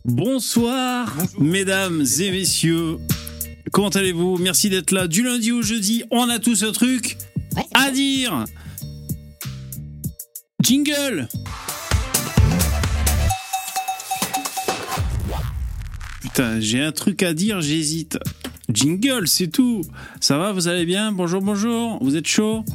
Bonsoir, mesdames et messieurs. Comment allez-vous? Merci d'être là. Du lundi au jeudi, on a tous un truc à dire. Jingle. Putain, j'ai un truc à dire, j'hésite. Jingle, c'est tout. Ça va, vous allez bien? Bonjour, bonjour. Vous êtes chaud?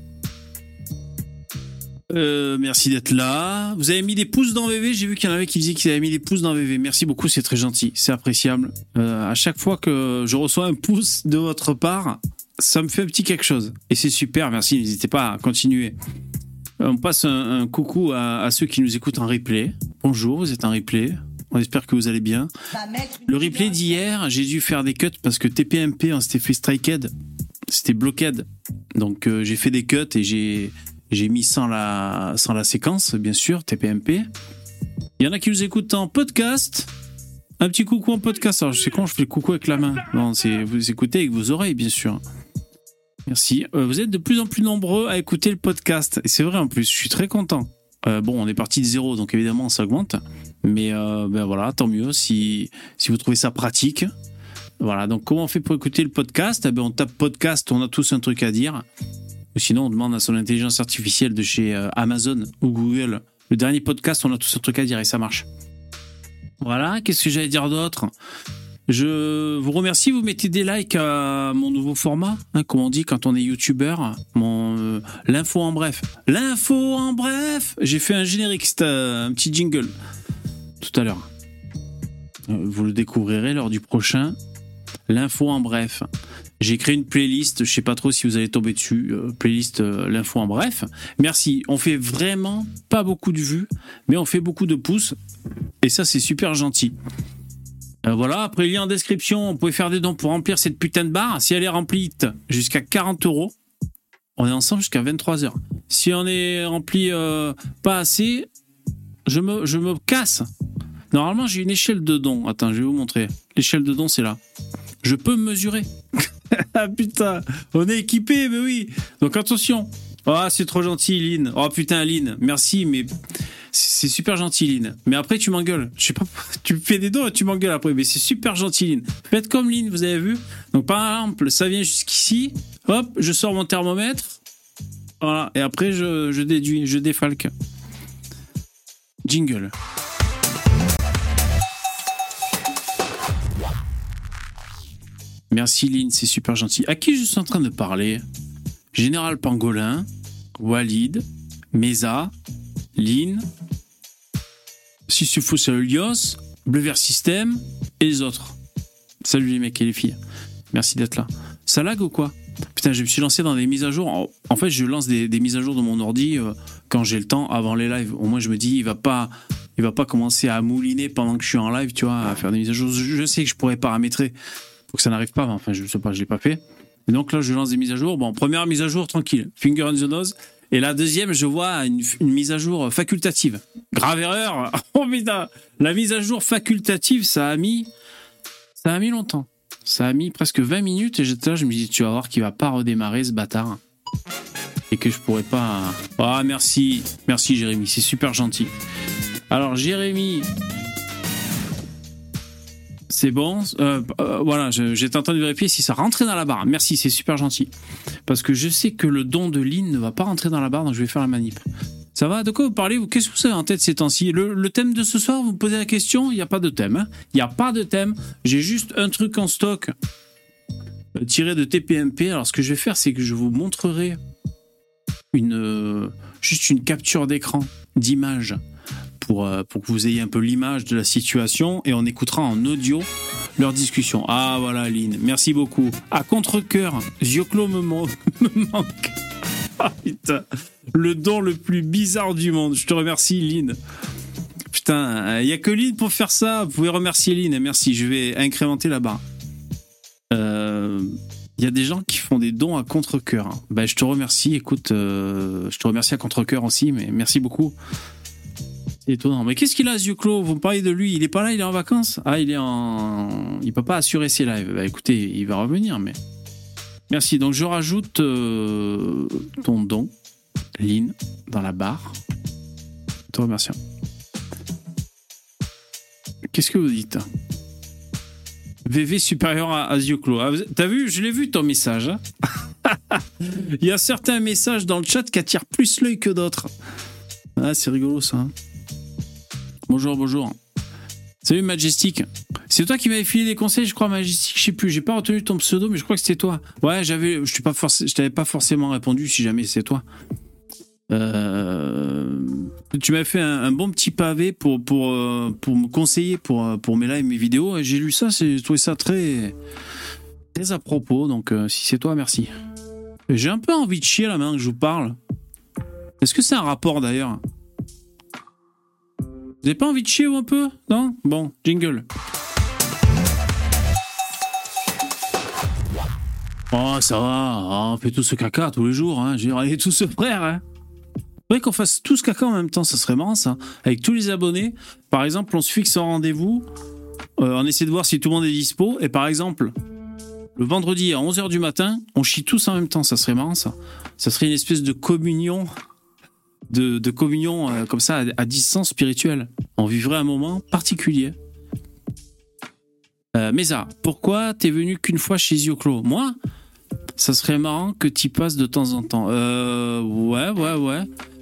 Merci d'être là. Vous avez mis des pouces dans VV. J'ai vu qu'il y en avait qui disaient qu'ils avaient mis des pouces dans VV. Merci beaucoup, c'est très gentil, c'est appréciable. À chaque fois que je reçois un pouce de votre part, ça me fait un petit quelque chose. Et c'est super, merci. N'hésitez pas à continuer. On passe un coucou à ceux qui nous écoutent en replay. Bonjour, vous êtes en replay. On espère que vous allez bien. Le replay d'hier, j'ai dû faire des cuts parce que TPMP, on s'était fait striked. C'était blocked. Donc j'ai fait des cuts et j'ai mis sans la séquence, bien sûr, TPMP. Il y en a qui nous écoutent en podcast. Un petit coucou en podcast. Alors, je sais quand je fais le coucou avec la main. Non, vous écoutez avec vos oreilles, bien sûr. Merci. Vous êtes de plus en plus nombreux à écouter le podcast. Et c'est vrai, en plus, je suis très content. Bon, on est parti de zéro, donc évidemment, ça augmente. Mais ben voilà, tant mieux si vous trouvez ça pratique. Voilà, donc comment on fait pour écouter le podcast? On tape podcast, on a tous un truc à dire. Ou sinon, on demande à son intelligence artificielle de chez Amazon ou Google. Le dernier podcast, on a tous un truc à dire et ça marche. Voilà, qu'est-ce que j'allais dire d'autre? Je vous remercie, vous mettez des likes à mon nouveau format, comme on dit quand on est youtubeur, l'info en bref. L'info en bref. J'ai fait un générique, c'était un petit jingle tout à l'heure. Vous le découvrirez lors du prochain. L'info en bref. J'ai créé une playlist, je sais pas trop si vous allez tomber dessus, playlist l'info en bref. Merci, on fait vraiment pas beaucoup de vues, mais on fait beaucoup de pouces, et ça c'est super gentil. Voilà, après lien en description, vous pouvez faire des dons pour remplir cette putain de barre. Si elle est remplie jusqu'à 40 €, on est ensemble jusqu'à 23h. Si on est rempli pas assez, je me casse. Normalement j'ai une échelle de dons, attends je vais vous montrer. L'échelle de dons c'est là. Je peux me mesurer. Ah putain, on est équipé, mais oui. Donc attention. Ah, c'est trop gentil, Lynn. Oh putain, Lynn, merci, mais c'est super gentil, Lynn. Mais après, tu m'engueules. Je sais pas, tu me fais des dos, tu m'engueules après, mais c'est super gentil, Lynn. Faites comme Lynn, vous avez vu. Donc par exemple, ça vient jusqu'ici. Hop, je sors mon thermomètre. Voilà, et après, je déduis, je défalque. Jingle. Merci Lynn, c'est super gentil. À qui je suis en train de parler? Général Pangolin, Walid, Mesa, Lynn, Sisyphus Helios, Bleu Vert System et les autres. Salut les mecs et les filles. Merci d'être là. Ça lag ou quoi? Putain, je me suis lancé dans des mises à jour. En fait, je lance des mises à jour de mon ordi quand j'ai le temps avant les lives. Au moins, je me dis, il va pas commencer à mouliner pendant que je suis en live, tu vois, à faire des mises à jour. Je sais que je pourrais paramétrer. Faut que ça n'arrive pas, mais enfin je sais pas, je l'ai pas fait. Et donc là je lance des mises à jour. Bon, première mise à jour tranquille, finger on the nose. Et la deuxième, je vois une mise à jour facultative. Grave erreur. Oh putain, la mise à jour facultative, ça a mis longtemps. Ça a mis presque 20 minutes et j'étais là, je me dis tu vas voir qu'il va pas redémarrer ce bâtard et que je pourrais pas. Ah merci Jérémy, c'est super gentil. Alors Jérémy. C'est bon, voilà, j'étais en train de vérifier si ça rentrait dans la barre. Merci, c'est super gentil. Parce que je sais que le don de Lynn ne va pas rentrer dans la barre, donc je vais faire la manip. Ça va? De quoi vous parlez? Qu'est-ce que vous avez en tête ces temps-ci? Le thème de ce soir, vous me posez la question? Il n'y a pas de thème. Hein, il n'y a pas de thème. J'ai juste un truc en stock tiré de TPMP. Alors ce que je vais faire, c'est que je vous montrerai juste une capture d'écran d'image. Pour que vous ayez un peu l'image de la situation et on écoutera en audio leur discussion. Ah voilà Lynn, merci beaucoup. À contre-cœur, Zioclo me manque. Ah putain, le don le plus bizarre du monde. Je te remercie Lynn. Putain, il n'y a que Lynn pour faire ça. Vous pouvez remercier Lynn, merci. Je vais incrémenter la barre. Il y a des gens qui font des dons à contre-cœur. Ben, je te remercie, écoute, je te remercie à contre-cœur aussi, mais merci beaucoup. C'est étonnant. Mais qu'est-ce qu'il a, Zioclo? Vous me parlez de lui, il est pas là, il est en vacances? Ah, il peut pas assurer ses lives. Bah écoutez, il va revenir, mais... Merci, donc je rajoute ton don, Lynn, dans la barre. Je te remercie. Qu'est-ce que vous dites? VV supérieur à Zioclo. Ah, t'as vu? Je l'ai vu ton message. Hein. Il y a certains messages dans le chat qui attirent plus l'œil que d'autres. Ah, c'est rigolo ça. Hein. Bonjour. Salut Majestic. C'est toi qui m'avais filé des conseils, je crois, Majestic. Je sais plus, j'ai pas retenu ton pseudo, mais je crois que c'était toi. Ouais, je t'avais pas forcément répondu si jamais c'est toi. Tu m'as fait un bon petit pavé pour me conseiller pour mes lives, mes vidéos. Et j'ai lu ça, j'ai trouvé ça très, très à propos. Donc, si c'est toi, merci. J'ai un peu envie de chier là maintenant que je vous parle. Est-ce que c'est un rapport d'ailleurs? Vous avez pas envie de chier ou un peu? Non? Bon, jingle. Oh, ça va, on fait tout ce caca tous les jours. Hein. On est tous frères. Hein. Faudrait qu'on fasse tout ce caca en même temps, ça serait marrant ça. Avec tous les abonnés, par exemple, on se fixe un rendez-vous, on essaie de voir si tout le monde est dispo, et par exemple, le vendredi à 11h du matin, on chie tous en même temps, ça serait marrant ça. Ça serait une espèce de communion, de communion comme ça, à distance spirituelle. On vivrait un moment particulier. Mesa, pourquoi t'es venu qu'une fois chez Zioclo? Moi, ça serait marrant que t'y passes de temps en temps. Ouais.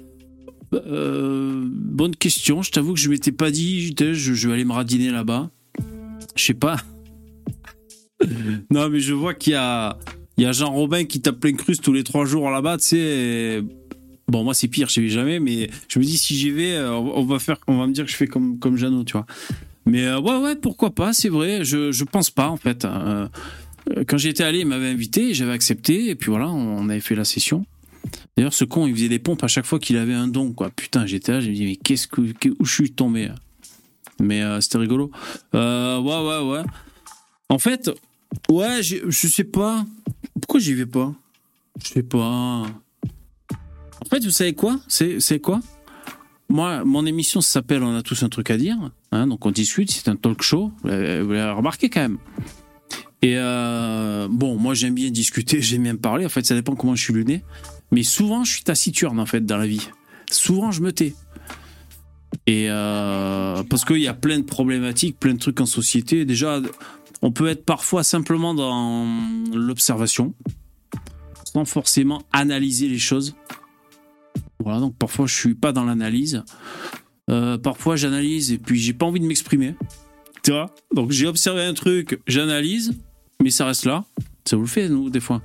Bonne question. Je t'avoue que je m'étais pas dit, je vais aller me radiner là-bas. Je sais pas. Non, mais je vois qu'il y a Jean Robin qui tape plein cruce tous les 3 jours là-bas, tu sais. Bon, moi c'est pire, je vais jamais, mais je me dis si j'y vais, on va me dire que je fais comme Jeannot, tu vois. Mais ouais, pourquoi pas, c'est vrai, je pense pas en fait. Quand j'y étais allé, il m'avait invité, j'avais accepté, et puis voilà, on avait fait la session. D'ailleurs, ce con, il faisait des pompes à chaque fois qu'il avait un don, quoi. Putain, j'étais là, je me dis, mais où je suis tombé? Mais c'était rigolo. Ouais. En fait, ouais, je sais pas. Pourquoi j'y vais pas? Je sais pas. En fait, vous savez quoi? C'est quoi? Moi, mon émission s'appelle On a tous un truc à dire. Hein, donc on discute, c'est un talk show. Vous l'avez remarqué quand même. Et bon, moi j'aime bien discuter, j'aime bien parler. En fait, ça dépend comment je suis le nez. Mais souvent, je suis taciturne en fait dans la vie. Souvent, je me tais. Et parce qu'il y a plein de problématiques, plein de trucs en société. Déjà, on peut être parfois simplement dans l'observation, sans forcément analyser les choses. Voilà, donc parfois je suis pas dans l'analyse. Parfois j'analyse et puis j'ai pas envie de m'exprimer. Tu vois? Donc j'ai observé un truc, j'analyse, mais ça reste là. Ça vous le fait, nous, des fois.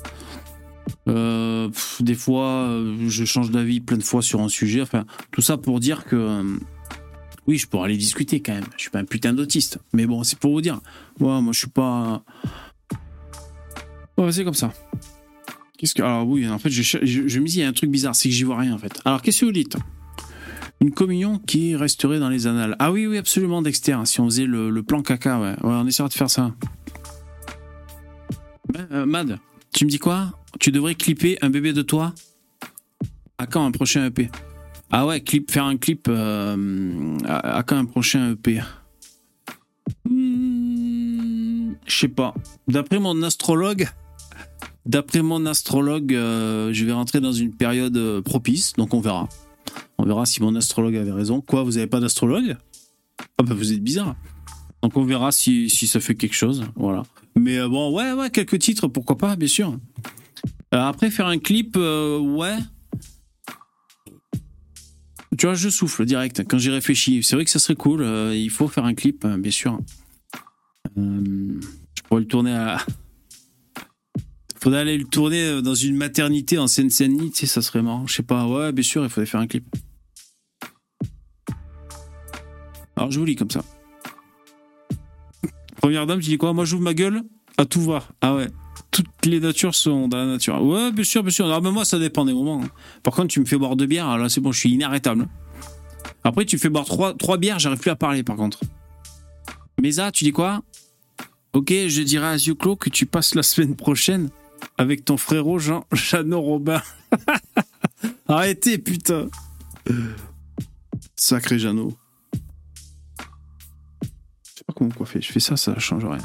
Des fois, je change d'avis plein de fois sur un sujet. Enfin, tout ça pour dire que oui, je pourrais aller discuter quand même. Je suis pas un putain d'autiste. Mais bon, c'est pour vous dire. Ouais, moi, je suis pas. Ouais, c'est comme ça. Alors oui, en fait, je me dis, il y a un truc bizarre, c'est que j'y vois rien, en fait. Alors, qu'est-ce que vous dites? Une communion qui resterait dans les annales. Ah oui, absolument, Dexter. Si on faisait le plan caca, ouais, on essaiera de faire ça. Mad, tu me dis quoi? Tu devrais clipper un bébé de toi? À quand un prochain EP? Ah ouais, faire un clip à quand un prochain EP? Je sais pas. D'après mon astrologue, je vais rentrer dans une période propice, donc on verra. On verra si mon astrologue avait raison. Quoi, vous avez pas d'astrologue? Ah bah vous êtes bizarre. Donc on verra si ça fait quelque chose, voilà. Mais bon, ouais, quelques titres, pourquoi pas, bien sûr. Après, faire un clip, ouais. Tu vois, je souffle direct quand j'y réfléchis. C'est vrai que ça serait cool. Il faut faire un clip, bien sûr. Je pourrais le tourner à... Faudrait aller le tourner dans une maternité en Seine-Saint-Denis, tu sais, ça serait marrant. Je sais pas, ouais, bien sûr, il faudrait faire un clip. Alors, je vous lis comme ça. Première dame, tu dis quoi? Moi, j'ouvre ma gueule, à tout va. Ah ouais. Toutes les natures sont dans la nature. Ouais, bien sûr. Alors, mais moi, ça dépend des moments. Par contre, tu me fais boire 2 bières, là, c'est bon, je suis inarrêtable. Après, tu me fais boire 3 bières, j'arrive plus à parler, par contre. Mesa, tu dis quoi? Ok, je dirais à Zioclo que tu passes la semaine prochaine avec ton frérot Jeannot Robin. Arrêtez, putain. Sacré Jeannot. Je sais pas comment coiffer. Je fais ça change rien.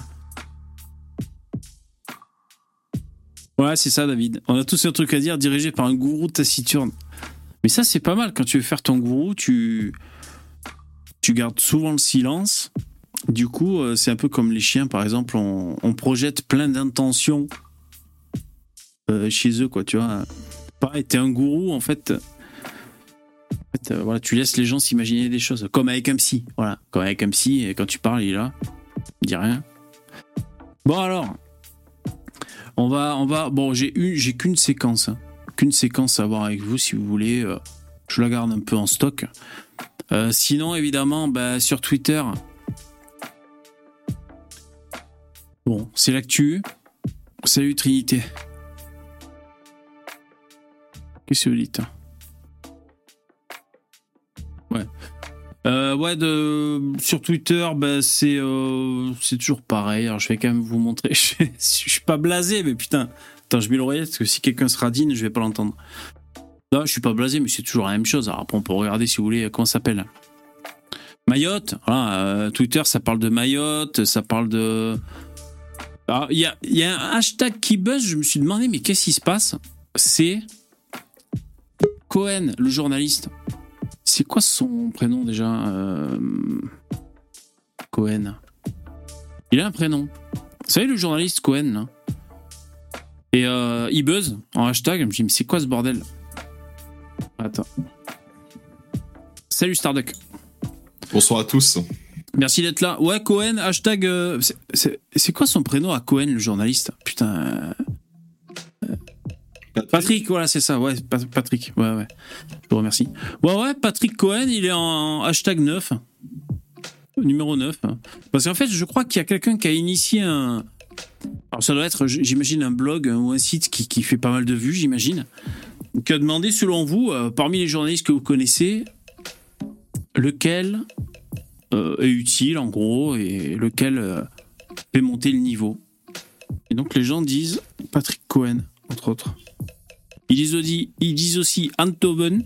Ouais, c'est ça, David. On a tous un truc à dire, dirigé par un gourou taciturne. Mais ça, c'est pas mal. Quand tu veux faire ton gourou, tu gardes souvent le silence, Du coup, c'est un peu comme les chiens, par exemple, on projette plein d'intentions chez eux, quoi, tu vois. Pareil, t'es un gourou, en fait, voilà, tu laisses les gens s'imaginer des choses, comme avec un psy, voilà. Comme avec un psy, et quand tu parles, il est là, il dit rien. Bon, alors, on va, bon, j'ai qu'une séquence, à voir avec vous, si vous voulez, je la garde un peu en stock. Sinon, évidemment, sur Twitter, bon, c'est l'actu. Salut Trinité. Qu'est-ce que vous dites? Ouais. Sur Twitter, c'est toujours pareil. Alors, je vais quand même vous montrer. Je suis pas blasé, mais putain. Attends, je mets l'oreillette parce que si quelqu'un se radine, je vais pas l'entendre. Non, je suis pas blasé, mais c'est toujours la même chose. Alors après, on peut regarder si vous voulez comment ça s'appelle. Mayotte. Voilà, Twitter, ça parle de Mayotte, ça parle de. Alors, il y a un hashtag qui buzz. Je me suis demandé, mais qu'est-ce qui se passe? C'est Cohen, le journaliste. C'est quoi son prénom déjà? Cohen. Il a un prénom. Vous savez, le journaliste Cohen, là. Et il buzz en hashtag. Je me dis, mais c'est quoi ce bordel? Attends. Salut Starduck. Bonsoir à tous. Merci d'être là. Ouais, Cohen, hashtag. C'est quoi son prénom à Cohen, le journaliste? Putain. Patrick, voilà, c'est ça. Ouais, Patrick. Ouais. Je vous remercie. Ouais, Patrick Cohen, il est en hashtag 9. Numéro 9. Parce qu'en fait, je crois qu'il y a quelqu'un qui a initié un. Alors, ça doit être, j'imagine, un blog ou un site qui fait pas mal de vues, j'imagine. Qui a demandé, selon vous, parmi les journalistes que vous connaissez, lequel est utile, en gros, et lequel fait monter le niveau. Et donc, les gens disent Patrick Cohen, entre autres. Ils disent aussi Eindhoven.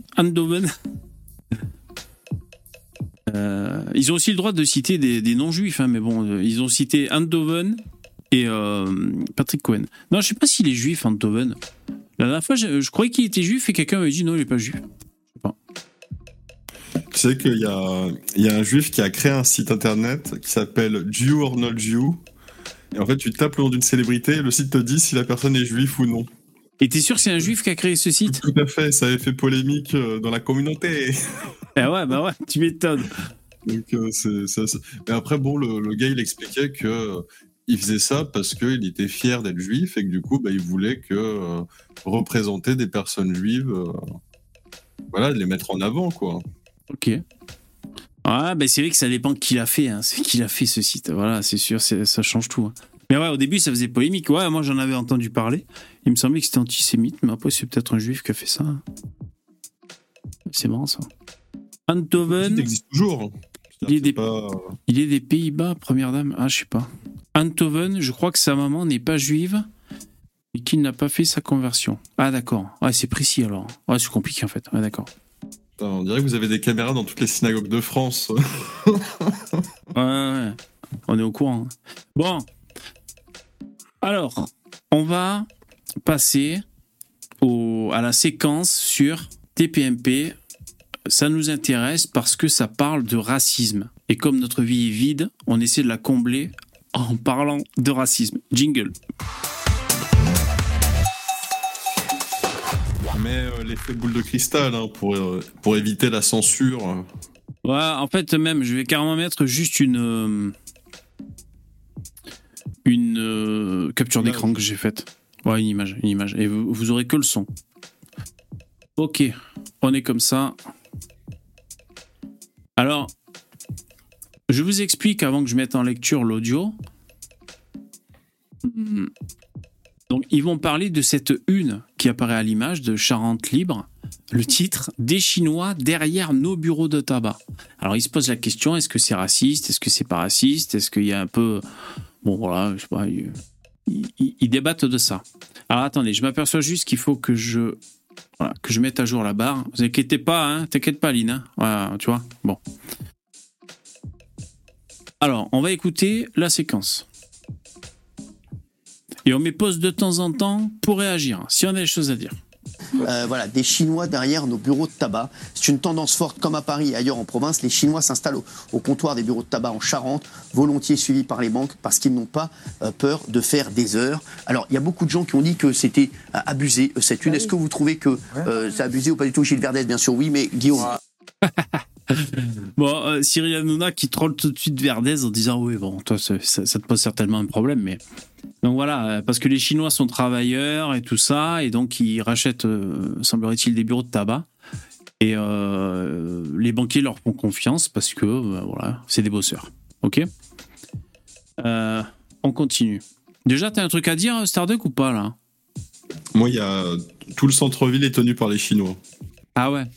Ils ont aussi le droit de citer des non-juifs, hein, mais bon, ils ont cité Eindhoven et Patrick Cohen. Non, je sais pas s'il est juif, Eindhoven. La dernière fois, je croyais qu'il était juif et quelqu'un m'avait dit non, il est pas juif. Je sais pas. Tu sais qu'il y a un juif qui a créé un site internet qui s'appelle Jew or Not Jew. Et en fait, tu tapes le nom d'une célébrité et le site te dit si la personne est juive ou non. Et t'es sûr que c'est un juif qui a créé ce site? Tout à fait, ça avait fait polémique dans la communauté. Ah ouais, tu m'étonnes. Donc, Mais après, bon, le gars, il expliquait que il faisait ça parce qu'il était fier d'être juif et que du coup, il voulait que représenter des personnes juives, voilà, de les mettre en avant, quoi. Ok. Ah, c'est vrai que ça dépend qui l'a fait. Hein. C'est qui l'a fait ce site. Voilà, c'est sûr, ça change tout. Hein. Mais ouais, au début, ça faisait polémique. Ouais, moi, j'en avais entendu parler. Il me semblait que c'était antisémite, mais après, c'est peut-être un juif qui a fait ça. C'est marrant, ça. Eindhoven. Il existe toujours. Il est des Pays-Bas, première dame. Ah, je sais pas. Eindhoven, je crois que sa maman n'est pas juive et qu'il n'a pas fait sa conversion. Ah, d'accord. Ouais, c'est précis alors. Ouais, c'est compliqué en fait. Ouais, d'accord. On dirait que vous avez des caméras dans toutes les synagogues de France. Ouais. On est au courant. Bon. Alors, on va passer à la séquence sur TPMP. Ça nous intéresse parce que ça parle de racisme. Et comme notre vie est vide, on essaie de la combler en parlant de racisme. Jingle. Mais l'effet boule de cristal, hein, pour éviter la censure. Ouais, en fait, même, je vais carrément mettre juste une capture d'écran que j'ai faite. Ouais, une image. Et vous aurez que le son. Ok, on est comme ça. Alors, je vous explique avant que je mette en lecture l'audio. Donc, ils vont parler de cette une qui apparaît à l'image de Charente Libre. Le titre « Des Chinois derrière nos bureaux de tabac ». Alors, ils se posent la question, est-ce que c'est raciste? Est-ce que c'est pas raciste? Est-ce qu'il y a un peu... Bon, voilà, je sais pas. Ils débattent de ça. Alors, attendez, je m'aperçois juste qu'il faut que je mette à jour la barre. Vous inquiétez pas, hein. T'inquiète pas, Lynn. Hein. Voilà, tu vois. Bon. Alors, on va écouter la séquence. Et on met pause de temps en temps pour réagir, si on a des choses à dire. voilà, des Chinois derrière nos bureaux de tabac. C'est une tendance forte, comme à Paris et ailleurs en province. Les Chinois s'installent au comptoir des bureaux de tabac en Charente, volontiers suivis par les banques, parce qu'ils n'ont pas peur de faire des heures. Alors, il y a beaucoup de gens qui ont dit que c'était abusé, cette une. Est-ce que vous trouvez que c'est abusé ou pas du tout? Gilles Verdez, bien sûr, oui, mais Guillaume... Bon, Cyril Hanouna qui troll tout de suite Verdez en disant oui, bon, toi, ça te pose certainement un problème, mais. Donc voilà, parce que les Chinois sont travailleurs et tout ça, et donc ils rachètent, semblerait-il, des bureaux de tabac. Et les banquiers leur font confiance parce que, voilà, c'est des bosseurs. Ok. On continue. Déjà, t'as un truc à dire, Starduck, ou pas, là? Moi, il y a tout le centre-ville est tenu par les Chinois. Ah ouais.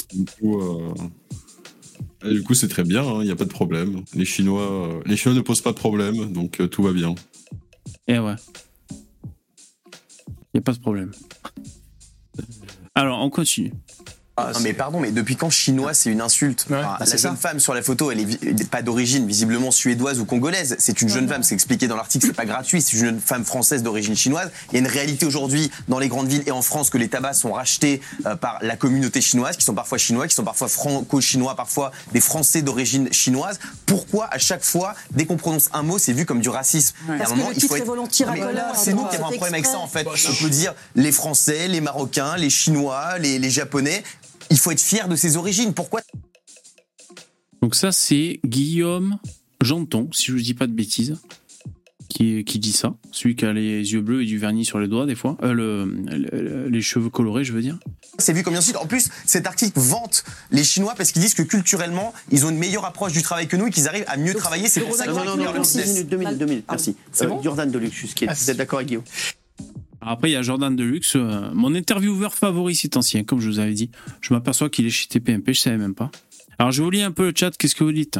Du coup, c'est très bien, il n'y a pas de problème. Les Chinois ne posent pas de problème, donc tout va bien. Eh ouais. Il n'y a pas de problème. Alors, on continue. Non mais pardon, mais depuis quand chinois c'est une insulte? La jeune femme sur la photo, elle est pas d'origine visiblement suédoise ou congolaise. C'est une jeune femme, c'est expliqué dans l'article, c'est pas gratuit. C'est une jeune femme française d'origine chinoise. Il y a une réalité aujourd'hui dans les grandes villes et en France que les tabacs sont rachetés par la communauté chinoise, qui sont parfois chinois, qui sont parfois franco-chinois, parfois des Français d'origine chinoise. Pourquoi à chaque fois, dès qu'on prononce un mot, c'est vu comme du racisme? À un moment, il faut être. C'est nous qui avons un problème avec ça en fait. On peut dire les Français, les Marocains, les Chinois, les Japonais. Il faut être fier de ses origines. Pourquoi? Donc ça, c'est Guillaume Janton, si je ne dis pas de bêtises, qui dit ça. Celui qui a les yeux bleus et du vernis sur les doigts, des fois. Les cheveux colorés, je veux dire. C'est vu comme une insulte. En plus, cet article vante les Chinois parce qu'ils disent que culturellement, ils ont une meilleure approche du travail que nous et qu'ils arrivent à mieux travailler. C'est pour ça qu'ils Non, 2 minutes, merci. Jordan Deluxe, vous êtes d'accord avec Guillaume? Après, il y a Jordan Deluxe, mon intervieweur favori c'est ancien, comme je vous avais dit. Je m'aperçois qu'il est chez TPMP, je savais même pas. Alors, je vous lis un peu le chat, qu'est-ce que vous dites?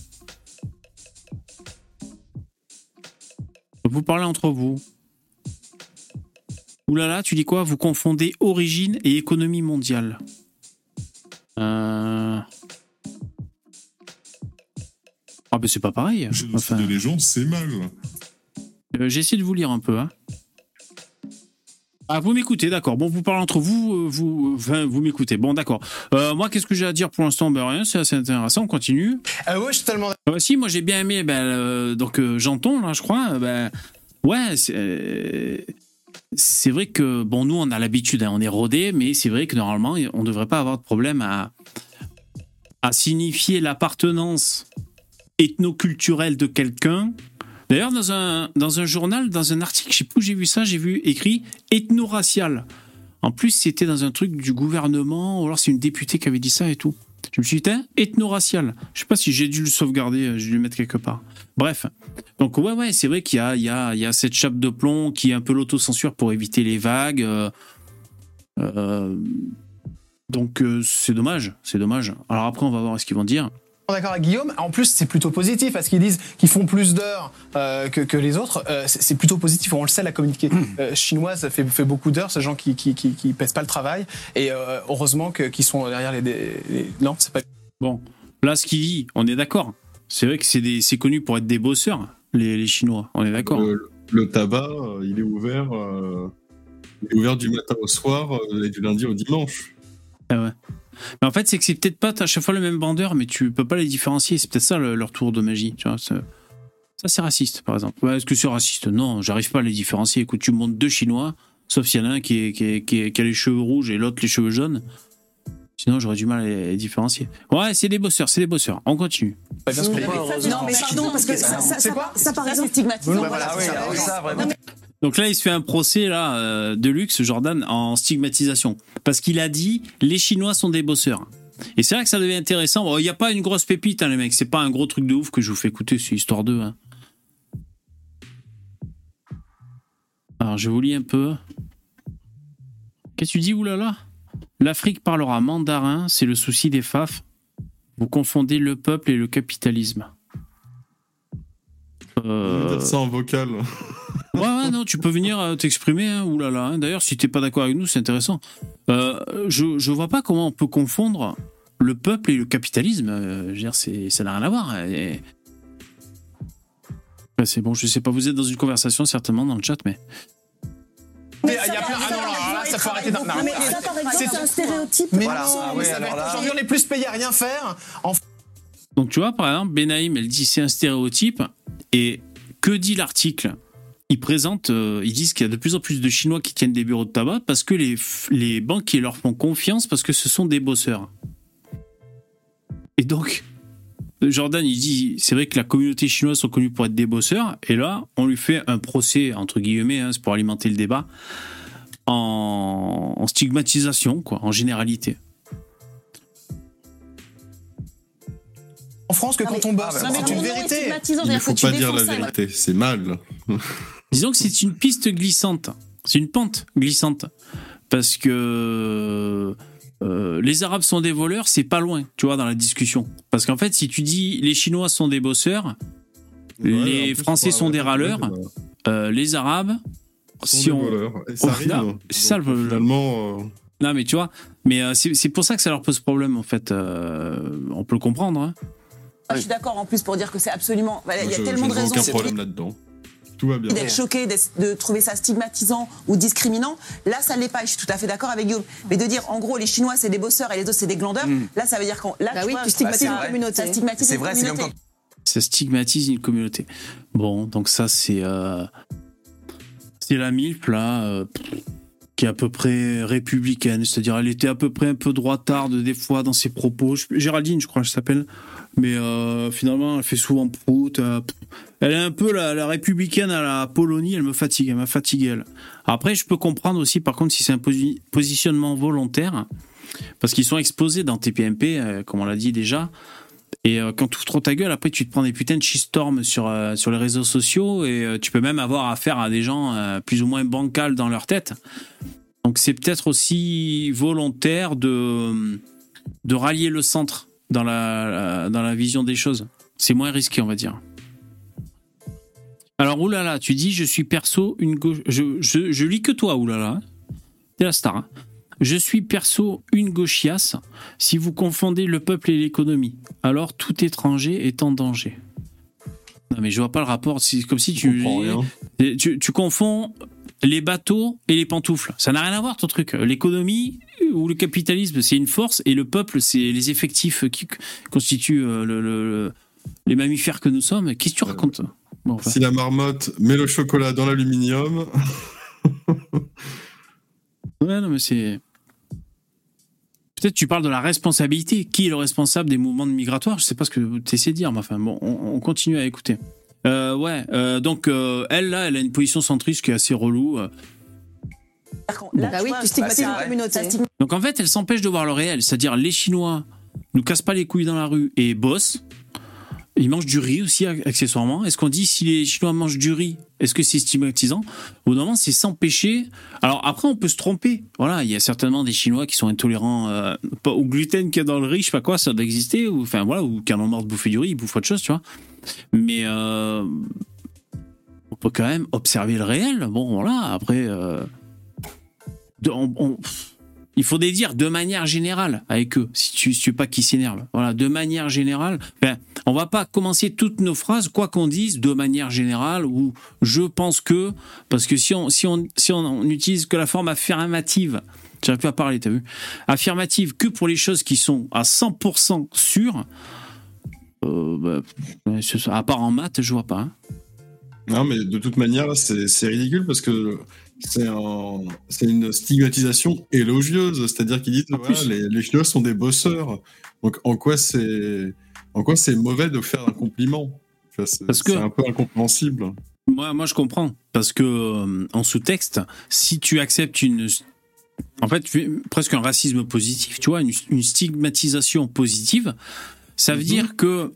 Vous parlez entre vous. Oulala, tu dis quoi? Vous confondez origine et économie mondiale. Ah ben c'est pas pareil. Génocider les gens, c'est mal. J'essaie de vous lire un peu, hein. Ah, vous m'écoutez, d'accord. Bon, vous parlez entre vous, vous m'écoutez. Bon, d'accord. Moi, qu'est-ce que j'ai à dire pour l'instant? Ben rien, c'est assez intéressant. On continue. Ouais, je suis tellement. Si, moi j'ai bien aimé. Donc Janton, là, je crois. Ouais, c'est vrai que bon, nous, on a l'habitude, hein, on est rodés, mais c'est vrai que normalement, on devrait pas avoir de problème à signifier l'appartenance ethnoculturelle de quelqu'un. D'ailleurs, dans un journal, dans un article, je sais plus où j'ai vu ça, j'ai vu écrit ethno-racial. En plus, c'était dans un truc du gouvernement, ou alors c'est une députée qui avait dit ça et tout. Je me suis dit, ethno-racial. Je sais pas si j'ai dû le sauvegarder, j'ai dû le mettre quelque part. Bref. Donc, ouais, c'est vrai qu'il y a cette chape de plomb qui est un peu l'autocensure pour éviter les vagues. Donc, c'est dommage. Alors après, on va voir ce qu'ils vont dire. D'accord avec Guillaume. En plus, c'est plutôt positif parce qu'ils disent qu'ils font plus d'heures que les autres. C'est plutôt positif. On le sait, la communauté chinoise fait beaucoup d'heures. Ces gens qui pèsent pas le travail. Et heureusement qu'ils sont derrière les. Non, c'est pas. Bon, là, ce qu'il dit, on est d'accord. C'est vrai que c'est connu pour être des bosseurs, les Chinois. On est d'accord. Le tabac, il est ouvert du matin au soir et du lundi au dimanche. Ah ouais. Mais en fait, c'est que c'est peut-être pas à chaque fois le même vendeur, mais tu peux pas les différencier. C'est peut-être ça leur tour de magie. Tu vois, ça, c'est raciste, par exemple. Ouais, est-ce que c'est raciste? Non, j'arrive pas à les différencier. Écoute, tu me montres deux Chinois, sauf il y en a un qui a les cheveux rouges et l'autre les cheveux jaunes. Sinon, j'aurais du mal à les différencier. Ouais, c'est des bosseurs. On continue. Non, mais pardon, parce que ça par exemple, stigmatisant. Donc là, il se fait un procès de luxe, Jordan, en stigmatisation. Parce qu'il a dit, les Chinois sont des bosseurs. Et c'est vrai que ça devient intéressant. Bon, il n'y a pas une grosse pépite, hein, les mecs. C'est pas un gros truc de ouf que je vous fais écouter, c'est histoire d'eux. Hein. Alors, je vous lis un peu. Qu'est-ce que tu dis, oulala? L'Afrique parlera mandarin, c'est le souci des FAF. Vous confondez le peuple et le capitalisme. Peut-être ça en vocal. Ouais, non, tu peux venir t'exprimer, hein, oulala. Hein. D'ailleurs, si t'es pas d'accord avec nous, c'est intéressant. Je vois pas comment on peut confondre le peuple et le capitalisme. Je veux dire, ça n'a rien à voir. C'est bon, je sais pas, vous êtes dans une conversation certainement dans le chat, mais... Il y a plein... Ah non, là, ça peut arrêter d'un. Mais ça, par exemple, c'est un stéréotype. Mais Voilà. non, Ah ouais, ça va alors être là- aujourd'hui, on est plus payés à rien faire. Donc tu vois, par exemple, Benaïm, elle dit c'est un stéréotype. Et que dit l'article ? Ils disent qu'il y a de plus en plus de Chinois qui tiennent des bureaux de tabac parce que les banquiers leur font confiance parce que ce sont des bosseurs. Et donc, Jordan, il dit, c'est vrai que la communauté chinoise sont connus pour être des bosseurs, et là, on lui fait un procès, entre guillemets, c'est pour alimenter le débat, en stigmatisation, quoi, en généralité. En France, que quand on bosse, c'est une vérité. Il ne faut pas dire la vérité, c'est mal. Disons que c'est une piste glissante, c'est une pente glissante, parce que les Arabes sont des voleurs, c'est pas loin, tu vois, dans la discussion. Parce qu'en fait, si tu dis les Chinois sont des bosseurs, les Français sont des râleurs, les Arabes sont des voleurs. Et ça arrive. C'est ça le problème. Finalement. Non, mais tu vois, c'est pour ça que ça leur pose problème, en fait. On peut le comprendre. Hein. Je suis d'accord en plus pour dire que c'est absolument. Il y a tellement de Je raisons. n'ai aucun problème là-dedans. Tout va bien. D'être choqué, de trouver ça stigmatisant ou discriminant, là ça l'est pas. Je suis tout à fait d'accord avec Guillaume. Mais de dire en gros les Chinois c'est des bosseurs et les autres c'est des glandeurs, là ça veut dire qu'on. Là, tu stigmatises une communauté. Ça stigmatise c'est vrai, c'est comme quand. Ça stigmatise une communauté. Bon, donc ça c'est la MILF là. Qui est à peu près républicaine, c'est-à-dire elle était à peu près un peu droitarde des fois dans ses propos. Géraldine, je crois, elle s'appelle. Mais finalement, elle fait souvent prout. Elle est un peu la républicaine à la Polonie, elle m'a fatigué, elle. Après, je peux comprendre aussi, par contre, si c'est un positionnement volontaire, parce qu'ils sont exposés dans TPMP, comme on l'a dit déjà, et quand tu ouvres trop ta gueule, après tu te prends des putains de shitstorms sur les réseaux sociaux, et tu peux même avoir affaire à des gens plus ou moins bancals dans leur tête. Donc c'est peut-être aussi volontaire de rallier le centre dans la vision des choses. C'est moins risqué, on va dire. Alors, oulala, tu dis, je suis perso une gauche... Je lis que toi, oulala. T'es la star. Hein. Je suis perso une gauchiasse. Si vous confondez le peuple et l'économie, alors tout étranger est en danger. Non, mais je vois pas le rapport. C'est comme si tu confonds les bateaux et les pantoufles. Ça n'a rien à voir, ton truc. L'économie ou le capitalisme, c'est une force, et le peuple, c'est les effectifs qui constituent les mammifères que nous sommes. Qu'est-ce que tu racontes ? Bon, enfin. Si la marmotte met le chocolat dans l'aluminium... Ouais, non, mais c'est... Peut-être tu parles de la responsabilité. Qui est le responsable des mouvements migratoires ? Je sais pas ce que tu essaies de dire, mais enfin, bon, on continue à écouter. Donc, elle a une position centriste qui est assez relou. Là, oui, tu stigmatises la communauté. Donc, en fait, elle s'empêche de voir le réel. C'est-à-dire, les Chinois nous cassent pas les couilles dans la rue et bossent. Ils mangent du riz aussi, accessoirement. Est-ce qu'on dit si les Chinois mangent du riz, est-ce que c'est stigmatisant ? Au bout d'un moment, c'est s'empêcher. Alors après, on peut se tromper. Voilà, il y a certainement des Chinois qui sont intolérants au gluten qu'il y a dans le riz, je sais pas quoi, ça doit exister, ou enfin voilà, ou qui en ont marre de bouffer du riz, ils bouffent autre chose, tu vois. Mais on peut quand même observer le réel. Bon, voilà, après... il faudrait dire de manière générale avec eux, si tu veux pas qu'ils s'énervent. Voilà, de manière générale. Ben, on va pas commencer toutes nos phrases, quoi qu'on dise, de manière générale, ou je pense que, parce que si on utilise que la forme affirmative, j'arrive plus à parler, t'as vu, affirmative que pour les choses qui sont à 100% sûres, à part en maths, je vois pas. Hein. Non, mais de toute manière, là, c'est ridicule parce que c'est une stigmatisation élogieuse, c'est-à-dire qu'ils disent les Chinois sont des bosseurs. Donc en quoi c'est mauvais de faire un compliment ? C'est un peu incompréhensible. Moi je comprends, parce que en sous-texte, si tu acceptes en fait presque un racisme positif, tu vois, une stigmatisation positive, ça veut dire que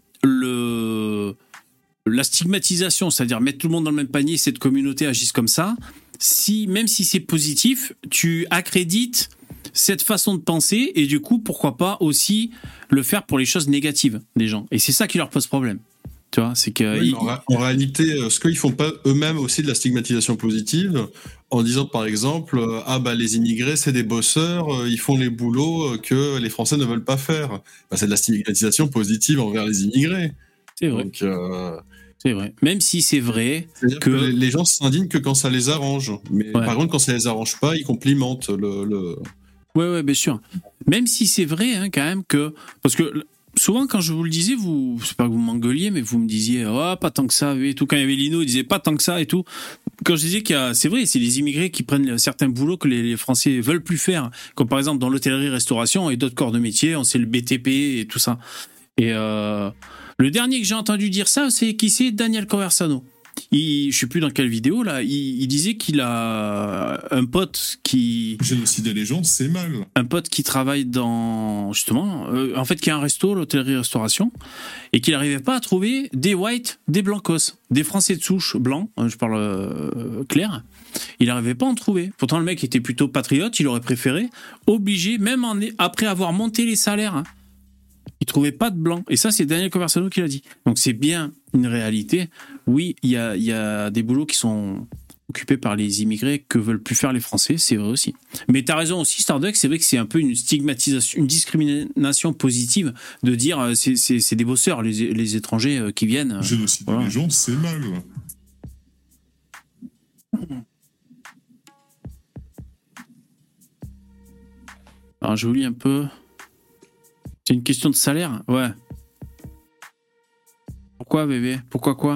la stigmatisation, c'est-à-dire mettre tout le monde dans le même panier, cette communauté agisse comme ça. Même si c'est positif, tu accrédites cette façon de penser, et du coup, pourquoi pas aussi le faire pour les choses négatives des gens. Et c'est ça qui leur pose problème. Tu vois, c'est que en réalité, est-ce qu'ils font pas eux-mêmes aussi de la stigmatisation positive en disant par exemple les immigrés c'est des bosseurs, ils font les boulots que les Français ne veulent pas faire. C'est de la stigmatisation positive envers les immigrés. C'est vrai. Donc, c'est vrai. Même si c'est vrai que les gens s'indignent que quand ça les arrange. Mais par contre, quand ça les arrange pas, ils complimentent le... Ouais, bien sûr. Même si c'est vrai, hein, quand même, que... Parce que souvent, quand je vous le disais, c'est pas que vous m'engueuliez, mais vous me disiez, oh, pas tant que ça, et tout. Quand il y avait Lino, il disait pas tant que ça, et tout. Quand je disais c'est vrai, c'est les immigrés qui prennent certains boulots que les Français veulent plus faire. Comme par exemple dans l'hôtellerie-restauration et d'autres corps de métier, on sait le BTP et tout ça. Et le dernier que j'ai entendu dire ça, c'est Daniel Conversano. Je sais plus dans quelle vidéo là, il disait qu'il a un pote qui génocider les gens, c'est mal. Un pote qui travaille dans justement, en fait, qui a un resto, l'hôtellerie-restauration, et qu'il n'arrivait pas à trouver des whites, des blancos, des Français de souche blancs. Je parle clair. Il n'arrivait pas à en trouver. Pourtant, le mec était plutôt patriote. Il aurait préféré, obligé, même après avoir monté les salaires. Hein, il trouvait pas de blanc. Et ça, c'est Daniel Conversano qui l'a dit. Donc c'est bien une réalité. Oui, il y a des boulots qui sont occupés par les immigrés que veulent plus faire les Français, c'est vrai aussi. Mais tu as raison aussi, Starduck, c'est vrai que c'est un peu une stigmatisation, une discrimination positive de dire c'est des bosseurs, les étrangers qui viennent. Génocider les gens, c'est mal. Alors je vous lis un peu. C'est une question de salaire ? Ouais. Pourquoi, bébé ? Pourquoi quoi ?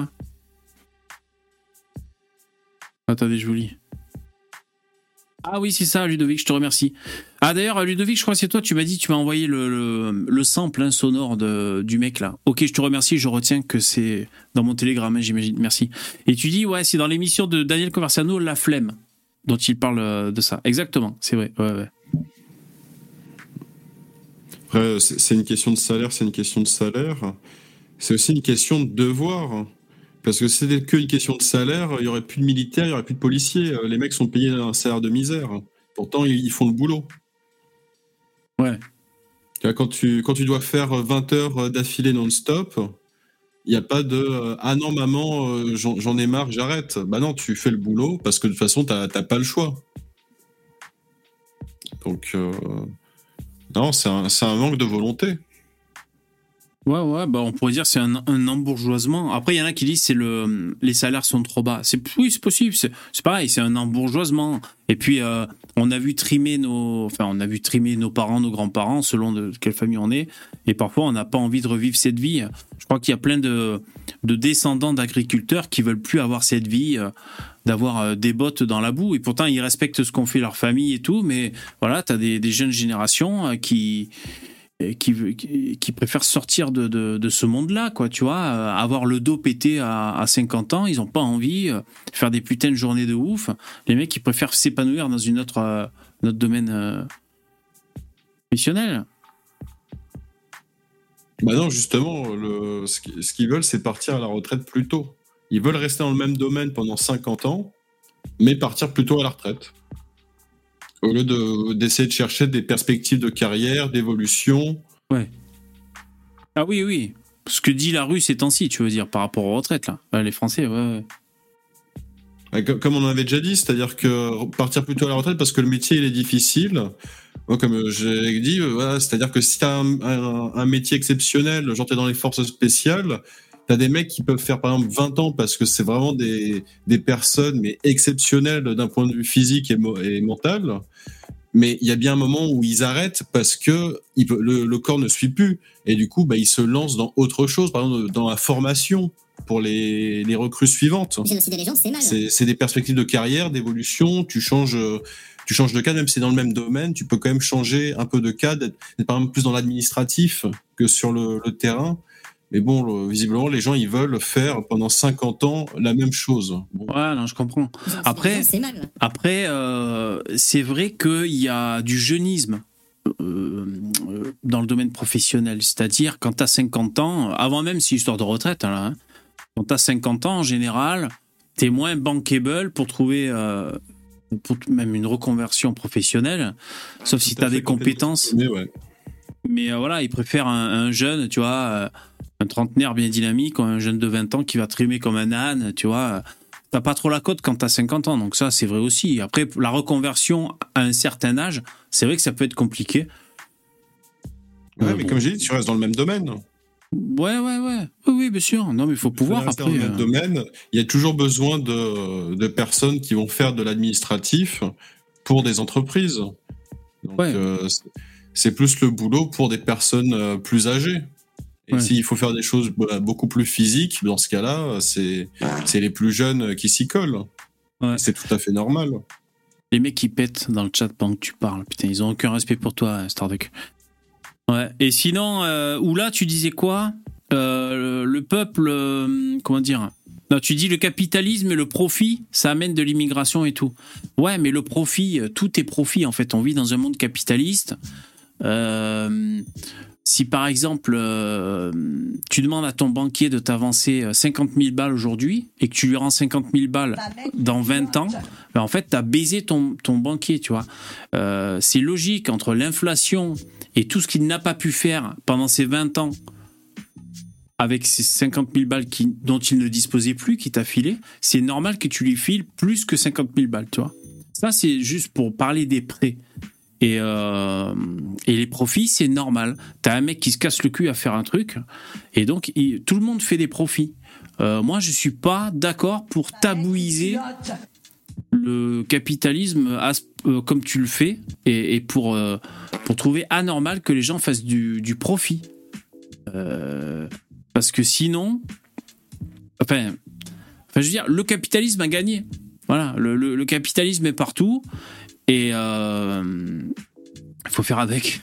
Attendez, je vous lis. Ah oui, c'est ça, Ludovic, je te remercie. Ah d'ailleurs, Ludovic, je crois que c'est toi, tu m'as dit, tu m'as envoyé le sample sonore du mec là. Ok, je te remercie, je retiens que c'est dans mon télégramme, hein, j'imagine, merci. Et tu dis, ouais, c'est dans l'émission de Daniel Conversano, La Flemme, dont il parle de ça. Exactement, c'est vrai, ouais. Après, c'est une question de salaire, c'est aussi une question de devoir. Parce que si c'était qu'une question de salaire, il n'y aurait plus de militaires, il n'y aurait plus de policiers. Les mecs sont payés un salaire de misère. Pourtant, ils font le boulot. Ouais. Quand tu dois faire 20 heures d'affilée non-stop, il n'y a pas de « Ah non, maman, j'en ai marre, j'arrête ». Bah non, tu fais le boulot parce que de toute façon, tu n'as pas le choix. Donc... Non, c'est un manque de volonté. Ouais, bah on pourrait dire que c'est un embourgeoisement. Après, il y en a qui disent que les salaires sont trop bas. Oui, c'est possible. C'est pareil, c'est un embourgeoisement. Et puis, on a vu trimer nos parents, nos grands-parents, selon de quelle famille on est. Et parfois, on n'a pas envie de revivre cette vie. Je crois qu'il y a plein de descendants d'agriculteurs qui veulent plus avoir cette vie, d'avoir des bottes dans la boue. Et pourtant, ils respectent ce qu'ont fait leur famille et tout. Mais voilà, tu as des jeunes générations qui préfèrent sortir de ce monde-là, quoi, tu vois, avoir le dos pété à 50 ans, ils n'ont pas envie, faire des putains de journées de ouf. Les mecs, ils préfèrent s'épanouir dans notre domaine professionnel. Bah non, justement, ce qu'ils veulent, c'est partir à la retraite plus tôt. Ils veulent rester dans le même domaine pendant 50 ans, mais partir plus tôt à la retraite. Au lieu d'essayer de chercher des perspectives de carrière, d'évolution. Ouais. Ah oui. Ce que dit la rue ces temps-ci, tu veux dire, par rapport aux retraites, là. Les Français, ouais. Comme on en avait déjà dit, c'est-à-dire que partir plus tôt à la retraite parce que le métier, il est difficile. Moi, comme j'ai dit, voilà, c'est-à-dire que si tu as un métier exceptionnel, genre tu es dans les forces spéciales, tu as des mecs qui peuvent faire, par exemple, 20 ans parce que c'est vraiment des personnes, mais exceptionnelles d'un point de vue physique et mental. Mais il y a bien un moment où ils arrêtent parce que le corps ne suit plus. Et du coup, ils se lancent dans autre chose, par exemple, dans la formation pour les recrues suivantes. Génocider les gens, c'est mal. C'est des perspectives de carrière, d'évolution. Tu changes de cadre, même si c'est dans le même domaine, tu peux quand même changer un peu de cadre, d'être par exemple plus dans l'administratif que sur le terrain. Mais bon, visiblement, les gens, ils veulent faire pendant 50 ans la même chose. Bon. Ouais, non, je comprends. Après, c'est vrai qu'il y a du jeunisme dans le domaine professionnel. C'est-à-dire, quand tu as 50 ans, avant même si histoire de retraite, là, quand tu as 50 ans, en général, tu es moins bankable pour trouver même une reconversion professionnelle, sauf si tu as des compétences. Mais voilà, ils préfèrent un jeune, tu vois, un trentenaire bien dynamique, ou un jeune de 20 ans qui va trimer comme un âne, tu vois. T'as pas trop la cote quand t'as 50 ans, donc ça, c'est vrai aussi. Après, la reconversion à un certain âge, c'est vrai que ça peut être compliqué. Ouais, mais comme j'ai dit, tu restes dans le même domaine. Ouais. Oui, bien sûr. Non, mais il faut pouvoir après. Dans notre domaine, il y a toujours besoin de personnes qui vont faire de l'administratif pour des entreprises. Donc, c'est plus le boulot pour des personnes plus âgées. Et s'il faut faire des choses beaucoup plus physiques, dans ce cas-là, c'est les plus jeunes qui s'y collent. Ouais. C'est tout à fait normal. Les mecs qui pètent dans le chat pendant que tu parles, putain, ils ont aucun respect pour toi, Starduck. Ouais. Et sinon, Oula, tu disais quoi ? Le peuple, comment dire ? Non, tu dis le capitalisme et le profit, ça amène de l'immigration et tout. Ouais, mais le profit, tout est profit en fait. On vit dans un monde capitaliste. Si par exemple, tu demandes à ton banquier de t'avancer 50 000 balles aujourd'hui et que tu lui rends 50 000 balles dans 20 ans, ben en fait, tu as baisé ton banquier, tu vois. C'est logique entre l'inflation et tout ce qu'il n'a pas pu faire pendant ces 20 ans avec ces 50 000 balles dont il ne disposait plus, qui t'a filé, c'est normal que tu lui files plus que 50 000 balles, tu vois. Ça, c'est juste pour parler des prêts. Et les profits, c'est normal. T'as un mec qui se casse le cul à faire un truc, et donc tout le monde fait des profits. Moi, je suis pas d'accord pour tabouiser le capitalisme comme tu le fais, et pour trouver anormal que les gens fassent du profit. Parce que sinon, enfin, je veux dire, le capitalisme a gagné. Voilà, le capitalisme est partout. Et il faut faire avec.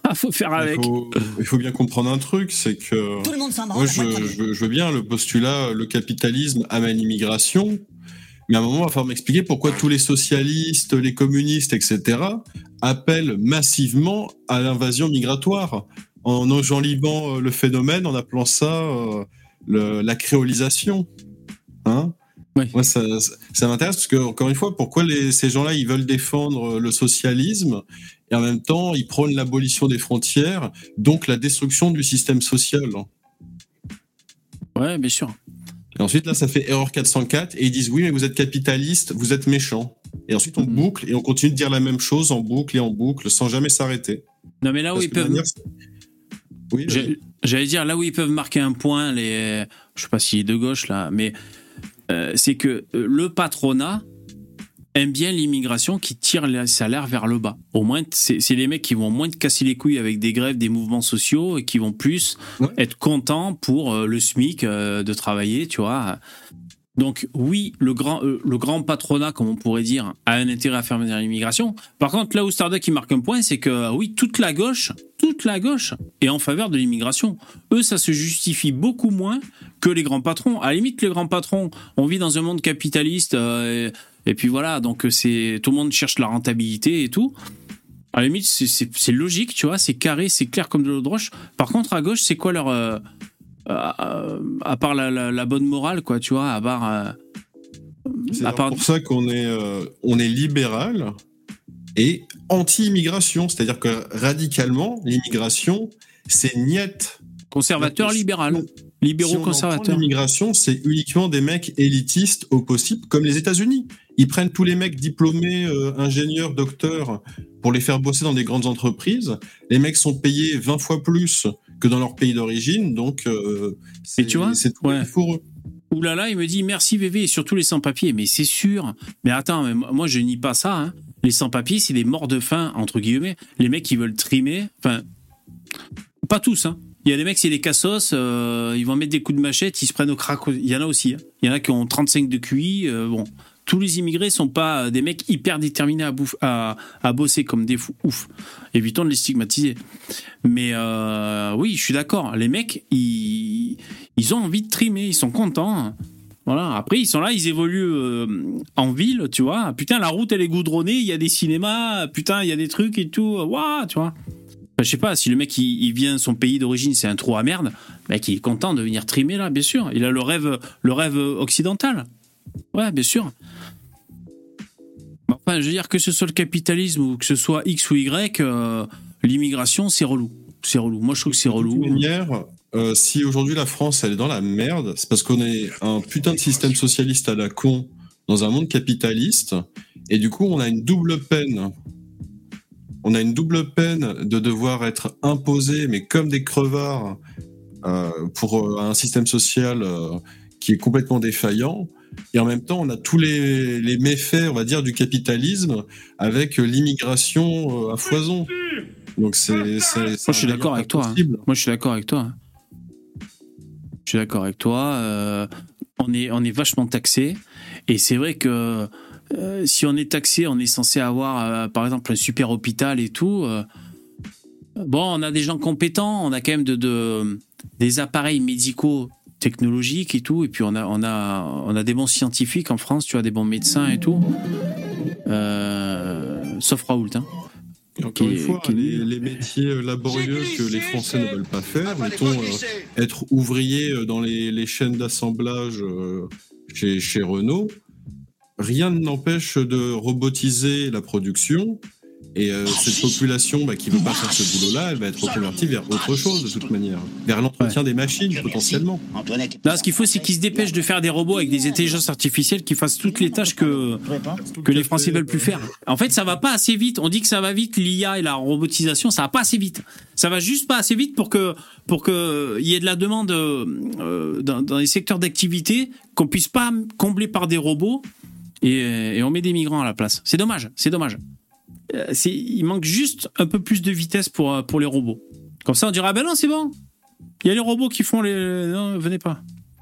Il faut bien comprendre un truc, c'est que tout le monde s'en moi je veux bien le postulat, le capitalisme amène l'immigration, mais à un moment il va falloir m'expliquer pourquoi tous les socialistes, les communistes, etc. appellent massivement à l'invasion migratoire en enjolivant le phénomène, en appelant ça la créolisation. Hein ? Oui. Moi, ça m'intéresse parce que, encore une fois, pourquoi ces gens-là, ils veulent défendre le socialisme et en même temps, ils prônent l'abolition des frontières, donc la destruction du système social. Ouais, bien sûr. Et ensuite, là, ça fait erreur 404 et ils disent oui, mais vous êtes capitaliste, vous êtes méchant. Et ensuite, on boucle et on continue de dire la même chose en boucle et en boucle sans jamais s'arrêter. Non, mais là où ils peuvent. Oui, j'allais dire, là où ils peuvent marquer un point, je sais pas s'il est de gauche là, mais c'est que le patronat aime bien l'immigration qui tire les salaires vers le bas. Au moins, c'est les mecs qui vont moins te casser les couilles avec des grèves, des mouvements sociaux et qui vont plus être contents pour le SMIC de travailler, tu vois. Donc oui, le grand patronat, comme on pourrait dire, a un intérêt à faire venir l'immigration. Par contre, là où Starduck il marque un point, c'est que oui, toute la gauche est en faveur de l'immigration. Eux, ça se justifie beaucoup moins que les grands patrons. À la limite, les grands patrons, on vit dans un monde capitaliste et puis voilà, donc tout le monde cherche la rentabilité et tout. À la limite, c'est logique, tu vois, c'est carré, c'est clair comme de l'eau de roche. Par contre, à gauche, c'est quoi leur à part la bonne morale, quoi, tu vois, c'est pour ça qu'on est libéral et anti-immigration, c'est-à-dire que radicalement, l'immigration, c'est niet. Conservateur libéral. Libéraux conservateurs. L'immigration, c'est uniquement des mecs élitistes au possible, comme les États-Unis. Ils prennent tous les mecs diplômés, ingénieurs, docteurs, pour les faire bosser dans des grandes entreprises. Les mecs sont payés 20 fois plus que dans leur pays d'origine, donc et tu vois, c'est tout pour eux. Ouh là là, il me dit merci VV et surtout les sans-papiers. Mais c'est sûr. Mais attends, mais moi je nie pas ça. Hein. Les sans-papiers, c'est des morts de faim, entre guillemets. Les mecs qui veulent trimer, enfin, pas tous, hein. Il y a des mecs, c'est des cassos, ils vont mettre des coups de machette, ils se prennent au crack. Il y en a aussi. Hein. Il y en a qui ont 35 de QI. Bon, tous les immigrés sont pas des mecs hyper déterminés à bosser comme des fous. Ouf. Évitons de les stigmatiser. Mais oui, je suis d'accord. Les mecs, ils ont envie de trimer, ils sont contents. Voilà. Après, ils sont là, ils évoluent en ville, tu vois. Putain, la route, elle est goudronnée, il y a des cinémas, putain, il y a des trucs et tout. Waouh, tu vois. Enfin, je sais pas, si le mec il vient de son pays d'origine, c'est un trou à merde, le mec il est content de venir trimer là, bien sûr. Il a le rêve occidental. Ouais, bien sûr. Enfin, je veux dire, que ce soit le capitalisme ou que ce soit X ou Y, l'immigration, c'est relou. C'est relou. Moi, je trouve que c'est relou. De toute manière, si aujourd'hui la France, elle est dans la merde, c'est parce qu'on est un putain de système socialiste à la con dans un monde capitaliste, et du coup, on a une double peine. On a une double peine de devoir être imposé, mais comme des crevards, pour un système social qui est complètement défaillant. Et en même temps, on a tous les méfaits, on va dire, du capitalisme avec l'immigration à foison. Donc Moi, je suis d'accord avec toi. Moi, je suis d'accord avec toi. Je suis d'accord avec toi. On est vachement taxé. Et c'est vrai que si on est taxé, on est censé avoir, par exemple, un super hôpital et tout. Bon, on a des gens compétents. On a quand même des appareils médicaux technologiques et tout. Et puis, on a des bons scientifiques en France. Tu vois, des bons médecins et tout. Sauf Raoult, hein. Et encore une fois, les métiers laborieux que les Français ne veulent pas faire, mettons être ouvrier dans les chaînes d'assemblage chez Renault, rien ne n'empêche de robotiser la production. Et cette population qui ne veut pas faire ce boulot-là, elle va être reconvertie vers autre chose de toute manière, vers l'entretien des machines potentiellement. Là, ce qu'il faut, c'est qu'ils se dépêchent de faire des robots avec des intelligences artificielles qui fassent toutes les tâches que les Français veulent plus faire. En fait, ça va pas assez vite. On dit que ça va vite, l'IA et la robotisation, ça va pas assez vite. Ça va juste pas assez vite pour que y ait de la demande dans les secteurs d'activité qu'on puisse pas combler par des robots et on met des migrants à la place. C'est dommage. Il manque juste un peu plus de vitesse pour les robots. Comme ça, on dira, ben non, c'est bon. Il y a les robots qui font les... Non, venez pas.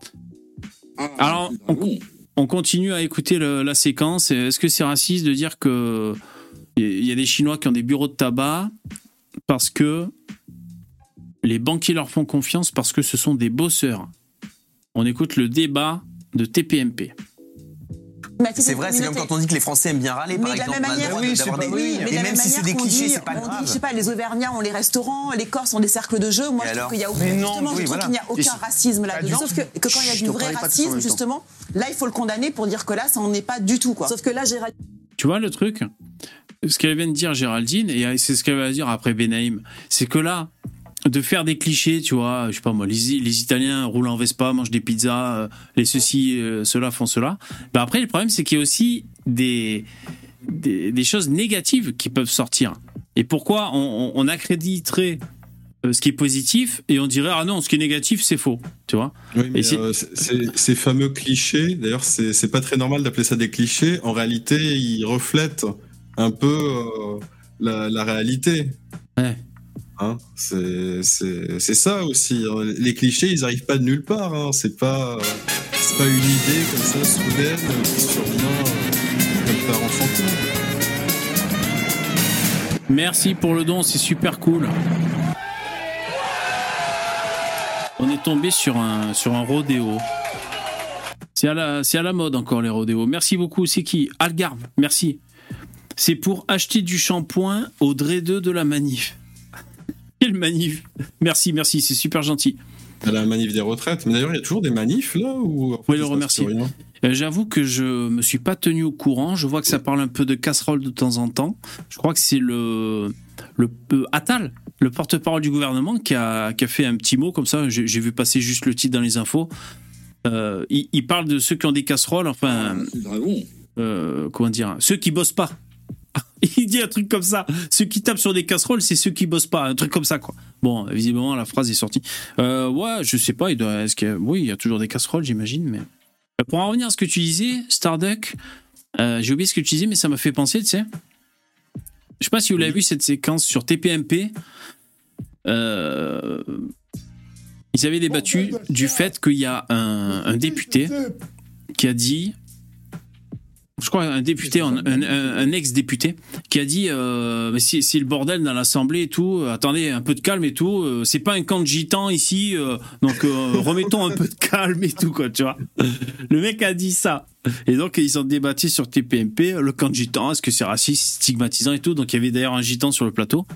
Alors, on continue à écouter la séquence. Est-ce que c'est raciste de dire que il y a des Chinois qui ont des bureaux de tabac parce que les banquiers leur font confiance parce que ce sont des bosseurs? On écoute le débat de TPMP. C'est vrai, c'est comme quand on dit que les Français aiment bien râler, par exemple. Mais même si c'est des clichés, c'est pas grave. Je sais pas, les Auvergnats ont les restaurants, les Corses ont des cercles de jeux. Moi, je trouve qu'il y a aucun racisme là-dedans. Sauf que quand il y a du vrai racisme, justement, là, il faut le condamner pour dire que là, ça n'en est pas du tout, quoi. Sauf que là, Géraldine... Tu vois le truc? Ce qu'elle vient de dire, Géraldine, et c'est ce qu'elle va dire après Benaïm, c'est que là, de faire des clichés, tu vois, je sais pas moi, les Italiens roulent en Vespa, mangent des pizzas, les ceux-ci, ceux-là font cela. Ben après, le problème, c'est qu'il y a aussi des choses négatives qui peuvent sortir. Et pourquoi on accréditerait ce qui est positif et on dirait, ah non, ce qui est négatif, c'est faux, tu vois. Oui, mais ces fameux clichés, d'ailleurs, c'est pas très normal d'appeler ça des clichés. En réalité, ils reflètent un peu la réalité. Ouais. Hein, c'est ça aussi. Les clichés, ils arrivent pas de nulle part. Hein. C'est pas une idée comme ça soudaine qui survient comme par enchantement. Merci pour le don, c'est super cool. On est tombé sur un rodéo. C'est à la mode encore les rodéos. Merci beaucoup. C'est qui? Algarve. Merci. C'est pour acheter du shampoing au dreadeux de la manif. Quelle manif? Merci, c'est super gentil. À la manif des retraites. Mais d'ailleurs, il y a toujours des manifs là ou... Oui, le remercier. J'avoue que je me suis pas tenu au courant. Je vois que ça parle un peu de casserole de temps en temps. Je crois que c'est le Attal, le porte-parole du gouvernement, qui a fait un petit mot comme ça. J'ai vu passer juste le titre dans les infos. Il parle de ceux qui ont des casseroles. Enfin, comment dire, ceux qui bossent pas. Il dit un truc comme ça. Ceux qui tapent sur des casseroles, c'est ceux qui bossent pas. Un truc comme ça, quoi. Bon, visiblement, la phrase est sortie. Ouais, je sais pas. Oui, il y a toujours des casseroles, j'imagine. Mais pour en revenir à ce que tu disais, Starduck, j'ai oublié ce que tu disais, mais ça m'a fait penser, tu sais. Je sais pas si vous l'avez vu cette séquence sur TPMP. Ils avaient débattu du fait qu'il y a un député qui a dit. Je crois un député, un ex-député, qui a dit mais c'est le bordel dans l'Assemblée et tout. Attendez, un peu de calme et tout. C'est pas un camp de gitans ici, donc remettons un peu de calme et tout, quoi, tu vois. Le mec a dit ça. Et donc ils ont débattu sur TPMP, le camp de gitans, est-ce que c'est raciste, stigmatisant et tout. Donc il y avait d'ailleurs un gitan sur le plateau.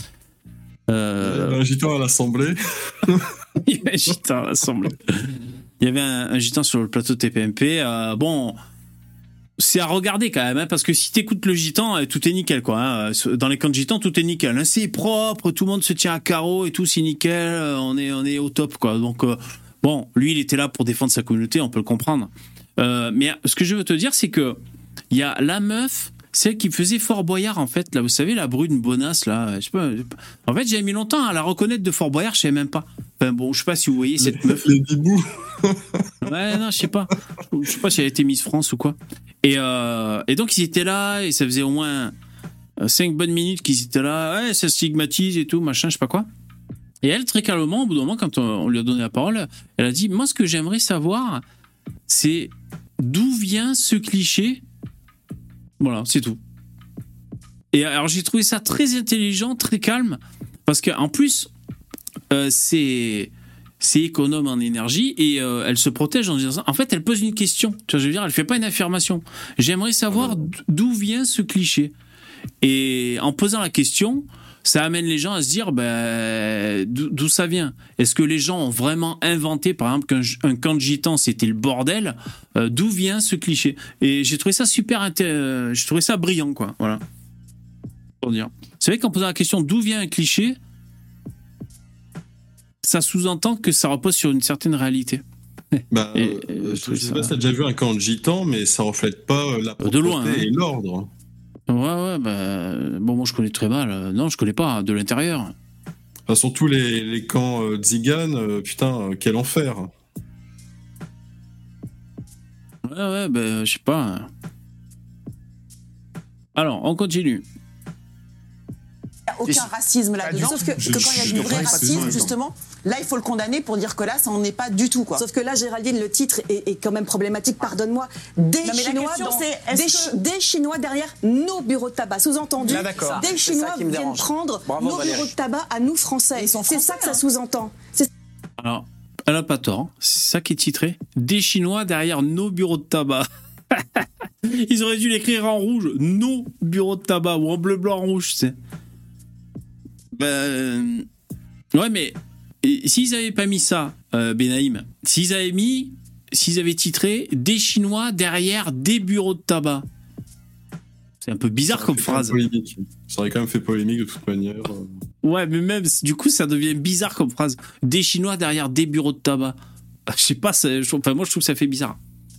Un gitan à l'Assemblée. Il y avait un gitan à l'Assemblée. Il y avait un gitan sur le plateau de TPMP. Bon. C'est à regarder quand même, hein, parce que si t'écoutes le gitan, tout est nickel, quoi. Hein. Dans les camps de gitans, tout est nickel. Hein. C'est propre, tout le monde se tient à carreau et tout, c'est nickel. On est au top, quoi. Donc bon, lui, il était là pour défendre sa communauté, on peut le comprendre. Mais ce que je veux te dire, c'est que il y a la meuf celle qui faisait Fort Boyard, en fait. Là, vous savez, la brune bonasse, là. Je sais pas. En fait, j'avais mis longtemps à la reconnaître de Fort Boyard, je savais même pas. Enfin bon, je sais pas si vous voyez cette meuf. Les bibous. Ouais, non, je sais pas. Je sais pas si elle était Miss France ou quoi. Et donc, ils étaient là, et ça faisait au moins 5 bonnes minutes qu'ils étaient là. Ouais, ça stigmatise et tout, machin, je sais pas quoi. Et elle, très calmement, au bout d'un moment, quand on lui a donné la parole, elle a dit, moi, ce que j'aimerais savoir, c'est d'où vient ce cliché. Voilà, c'est tout. Et alors, j'ai trouvé ça très intelligent, très calme, parce qu'en plus, c'est économe en énergie, et elle se protège en disant ça. En fait, elle pose une question. Tu vois, je veux dire, elle fait pas une affirmation. J'aimerais savoir d'où vient ce cliché. Et en posant la question, ça amène les gens à se dire d'où ça vient. Est-ce que les gens ont vraiment inventé, par exemple, qu'un camp de gitans c'était le bordel? D'où vient ce cliché? Et j'ai trouvé ça j'ai trouvé ça brillant, quoi. Voilà. Pour dire. C'est vrai qu'en posant la question d'où vient un cliché, ça sous-entend que ça repose sur une certaine réalité. Je sais pas si t'as déjà vu un camp de gitans, mais ça reflète pas la propreté de loin, et l'ordre. Ouais, bon, moi je connais très mal. Non, je connais pas, de l'intérieur. Enfin, surtout les camps tziganes, putain, quel enfer. Ouais, je sais pas. Alors, on continue. Il n'y a aucun racisme là-dedans. Sauf que quand il y a du vrai racisme, justement, là, il faut le condamner pour dire que là, ça n'en est pas du tout, quoi. Sauf que là, Géraldine, le titre est quand même problématique, pardonne-moi. Des Chinois derrière nos bureaux de tabac. Sous-entendu, des Chinois viennent prendre nos bureaux de tabac à nous, Français. C'est ça que ça sous-entend. Alors, elle n'a pas tort. C'est ça qui est titré. Des Chinois derrière nos bureaux de tabac. Ils auraient dû l'écrire en rouge. Nos bureaux de tabac. Ou en bleu, blanc, rouge, tu sais. Ouais, mais s'ils n'avaient pas mis ça, Benaïm, s'ils avaient titré des Chinois derrière des bureaux de tabac, c'est un peu bizarre comme phrase. Ça aurait quand même fait polémique de toute manière. Ouais, mais même du coup, ça devient bizarre comme phrase. Des Chinois derrière des bureaux de tabac. Je sais pas, moi je trouve que ça fait bizarre.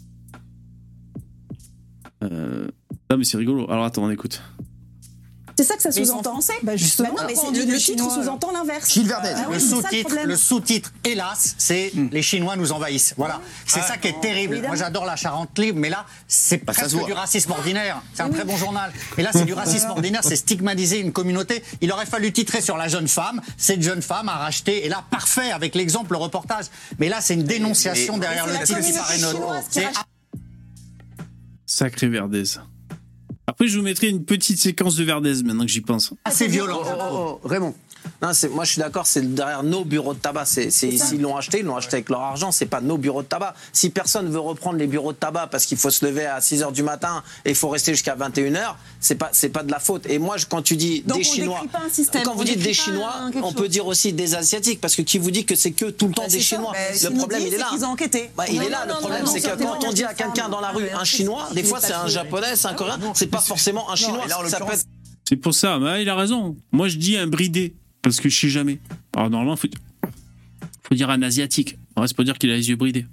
Non, mais c'est rigolo. Alors attends, on écoute. C'est ça que ça sous-entend. Justement, le titre sous-entend l'inverse. Gilles Verdez. Le sous-titre, hélas, c'est les Chinois nous envahissent. Voilà. C'est ça qui est terrible. Moi, j'adore la Charente Libre, mais là, c'est presque du racisme ordinaire. C'est un très bon journal. Mais là, c'est du racisme ordinaire, c'est stigmatiser une communauté. Il aurait fallu titrer sur la jeune femme. Cette jeune femme a racheté, et là, parfait, avec l'exemple, le reportage. Mais là, c'est une dénonciation derrière le titre qui paraît neutre. Sacré Verdez. Après, je vous mettrai une petite séquence de Verdez maintenant que j'y pense. C'est violent. Raymond. Non, moi je suis d'accord, c'est derrière nos bureaux de tabac. S'ils l'ont acheté avec leur argent, c'est pas nos bureaux de tabac. Si personne veut reprendre les bureaux de tabac parce qu'il faut se lever à 6h du matin et il faut rester jusqu'à 21h, c'est pas de la faute. Et moi, quand tu dis donc des Chinois, quand vous dites des Chinois, on peut dire aussi des Asiatiques, parce que qui vous dit que c'est que tout le temps des Chinois? Le problème, il est là. Ils ont enquêté. Il est là, le problème, c'est que quand on dit à quelqu'un dans la rue un Chinois, des fois c'est un Japonais, c'est un Coréen, c'est pas forcément un Chinois. C'est pour ça, mais il a raison. Moi, je dis un bridé. Parce que je sais jamais. Alors normalement, faut dire un asiatique. On reste pas dire qu'il a les yeux bridés.